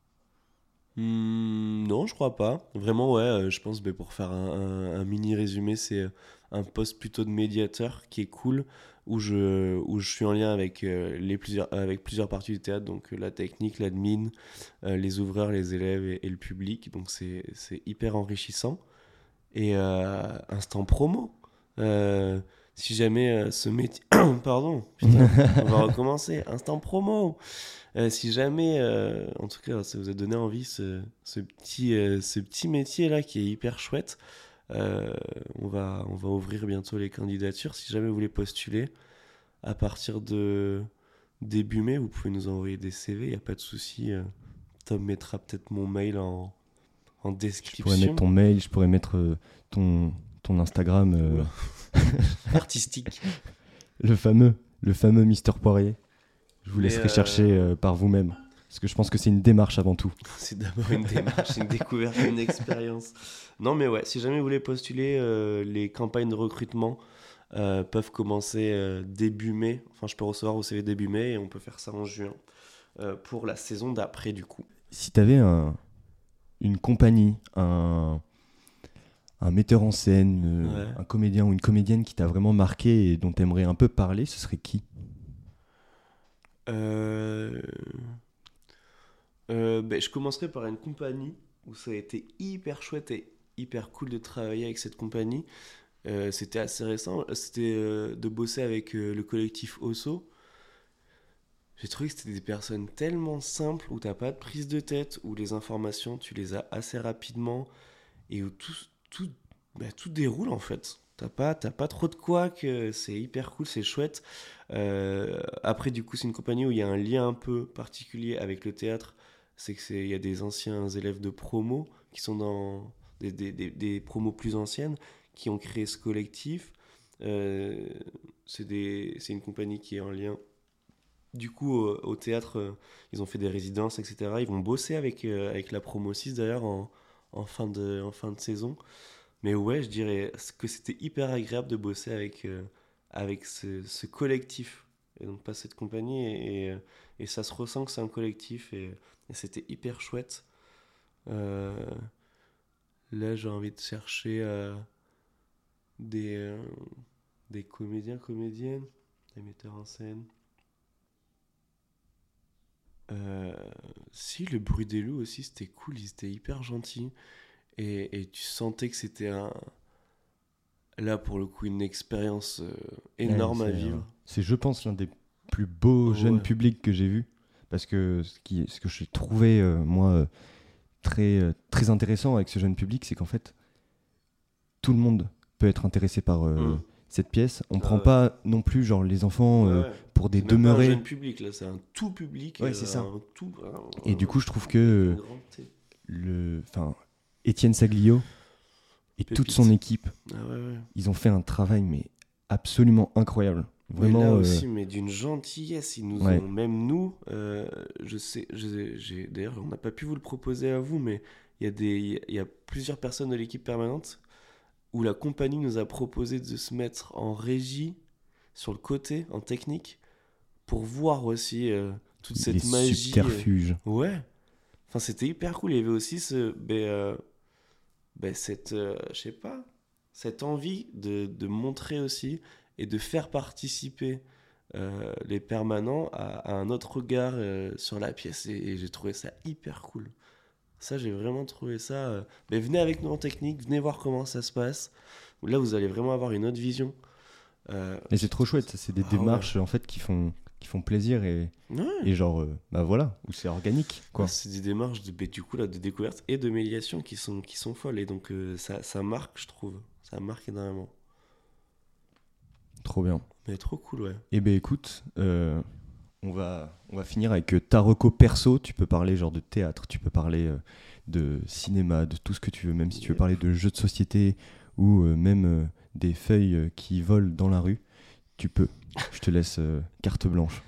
Hmm, non, je crois pas. Vraiment, ouais, euh, je pense, ben, pour faire un, un- un mini résumé, c'est euh, un poste plutôt de médiateur qui est cool, où je, où je suis en lien avec, euh, les plusieurs, avec plusieurs parties du théâtre, donc euh, la technique, l'admin, euh, les ouvreurs, les élèves et, et le public. Donc c'est, c'est hyper enrichissant. Et euh, instant promo. Euh, si jamais euh, ce métier... Pardon, putain, on va recommencer. Instant promo. Euh, si jamais, euh, en tout cas, ça vous a donné envie, ce, ce petit, euh, ce petit métier-là qui est hyper chouette, euh, on va, on va ouvrir bientôt les candidatures. Si jamais vous voulez postuler, à partir de début mai, vous pouvez nous envoyer des C V, il n'y a pas de souci. euh, Tom mettra peut-être mon mail en, en Je description. pourrais mettre ton mail, je pourrais mettre euh, ton, ton Instagram, euh, Oula. Artistique. le fameux, le fameux Mister Poirier. Je vous Mais, laisserai euh, chercher euh, par vous-même. Parce que je pense que c'est une démarche avant tout. C'est d'abord une démarche, une découverte, une expérience. Non, mais ouais, si jamais vous voulez postuler, euh, les campagnes de recrutement euh, peuvent commencer euh, début mai. Enfin, je peux recevoir vos C V début mai et on peut faire ça en juin euh, pour la saison d'après, du coup. Si tu avais un, une compagnie, un, un metteur en scène, euh, Ouais. un comédien ou une comédienne qui t'a vraiment marqué et dont tu aimerais un peu parler, ce serait qui? Euh... Euh, ben, je commencerai par une compagnie où ça a été hyper chouette et hyper cool de travailler avec cette compagnie. Euh, c'était assez récent, c'était euh, de bosser avec euh, le collectif Osso. J'ai trouvé que c'était des personnes tellement simples, où t'as pas de prise de tête, où les informations, tu les as assez rapidement, et où tout, tout, bah, tout déroule en fait. T'as pas, t'as pas trop de couac, euh, c'est hyper cool, c'est chouette. Euh, après, du coup, c'est une compagnie où il y a un lien un peu particulier avec le théâtre. C'est que c'est, il y a des anciens élèves de promo qui sont dans des, des, des, des promos plus anciennes qui ont créé ce collectif. Euh, c'est, des, c'est une compagnie qui est en lien. Du coup, au, au théâtre, euh, ils ont fait des résidences, et cetera. Ils vont bosser avec, euh, avec la promo six d'ailleurs en, en, fin de, en fin de saison. Mais ouais, je dirais que c'était hyper agréable de bosser avec, euh, avec ce, ce collectif. Et donc pas cette compagnie. Et, et, et ça se ressent que c'est un collectif. Et, et c'était hyper chouette. Euh, là, j'ai envie de chercher euh, des, euh, des comédiens, comédiennes, des metteurs en scène. Euh, si, le bruit des loups aussi, c'était cool. Ils étaient hyper gentils. Et, et tu sentais que c'était un... Là, pour le coup, une expérience euh, énorme Ouais, à c'est, vivre. euh, c'est, je pense, l'un des plus beaux Ouais. jeunes publics que j'ai vu. Parce que ce, qui, ce que j'ai trouvé, euh, moi, euh, très, euh, très intéressant avec ce jeune public, c'est qu'en fait, tout le monde peut être intéressé par euh, Mm. cette pièce. On Ah prend ouais. pas non plus genre les enfants Ouais, euh, ouais. pour des C'est même pas un demeurés. jeune public, là, c'est un tout public. Ouais, euh, c'est ça. Un tout, un- Et un- du coup, je trouve que une euh, grande thé- le, enfin, Étienne Saglio et toute Pépite. son équipe, Ah ouais, ouais. ils ont fait un travail mais absolument incroyable. Vraiment. Mais là euh, aussi, mais d'une gentillesse, ils nous ouais. ont, même nous, euh, je sais, je- j'ai, d'ailleurs, on n'a pas pu vous le proposer à vous, mais il y a des, il y a- il y a plusieurs personnes de l'équipe permanente où la compagnie nous a proposé de se mettre en régie sur le côté, en technique, pour voir aussi euh, toute cette les magie. subterfuges. euh, Ouais. Enfin, c'était hyper cool. Il y avait aussi ce, ben, euh, ben, cette, euh, je sais pas, cette envie de, de montrer aussi et de faire participer euh, les permanents à, à un autre regard euh, sur la pièce. Et, et j'ai trouvé ça hyper cool. Ça, j'ai vraiment trouvé ça. euh, ben, venez avec nous en technique, venez voir comment ça se passe. Là, vous allez vraiment avoir une autre vision. Euh, Et c'est trop chouette. C'est des Ah ouais. démarches en fait qui font, qui font plaisir et, Ouais. et genre, euh, bah voilà, où c'est organique quoi. Ouais, c'est des démarches de, ben, du coup, là, de découverte et de médiation qui sont, qui sont folles. Et donc, euh, ça, ça marque, je trouve. Ça marque énormément. Trop bien. Mais trop cool, ouais. Eh ben écoute, euh, on, va, on va finir avec euh, ta reco perso. Tu peux parler genre de théâtre, tu peux parler euh, de cinéma, de tout ce que tu veux, même si tu veux Yep. parler de jeux de société ou euh, même euh, des feuilles euh, qui volent dans la rue. Tu peux. Je te laisse euh, carte blanche.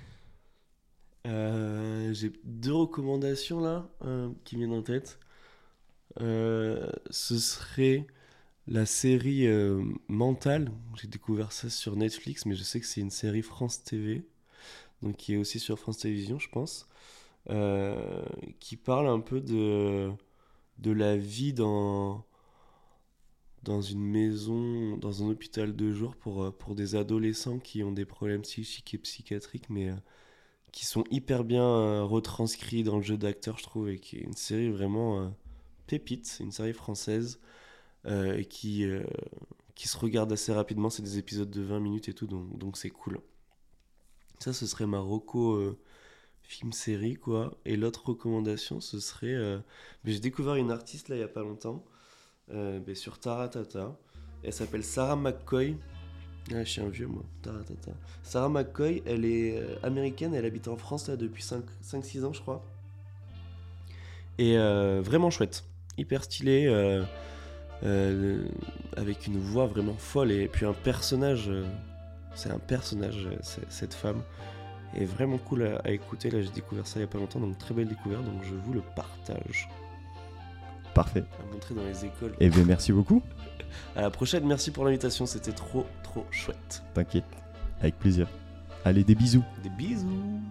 Euh, j'ai deux recommandations là euh, qui viennent en tête. Euh, ce serait la série euh, Mental. J'ai découvert ça sur Netflix, mais je sais que c'est une série France T V, donc qui est aussi sur France Télévisions, je pense, euh, qui parle un peu de, de la vie dans, dans une maison, dans un hôpital de jour pour, euh, pour des adolescents qui ont des problèmes psychiques et psychiatriques, mais euh, qui sont hyper bien euh, retranscrits dans le jeu d'acteur, je trouve, et qui est une série vraiment euh, pépite, une série française, euh, et qui, euh, qui se regarde assez rapidement. C'est des épisodes de vingt minutes et tout, donc, donc c'est cool. Ça, ce serait ma reco euh, film-série, quoi. Et l'autre recommandation, ce serait... euh, mais j'ai découvert une artiste, là, il y a pas longtemps, euh, mais sur Taratata. Elle s'appelle Sarah McCoy. Ah, je suis un vieux, moi. Taratata. Sarah McCoy, elle est euh, américaine, elle habite en France là, depuis cinq six ans, je crois. Et euh, vraiment chouette. Hyper stylée, euh, euh, avec une voix vraiment folle. Et puis un personnage, euh, c'est un personnage, euh, c'est- cette femme. Et vraiment cool à, à écouter. Là, j'ai découvert ça il y a pas longtemps, donc très belle découverte. Donc je vous le partage. Parfait. À montrer dans les écoles. Eh bien merci beaucoup. À la prochaine, merci pour l'invitation, c'était trop, trop chouette. T'inquiète. Avec plaisir. Allez, des bisous. Des bisous.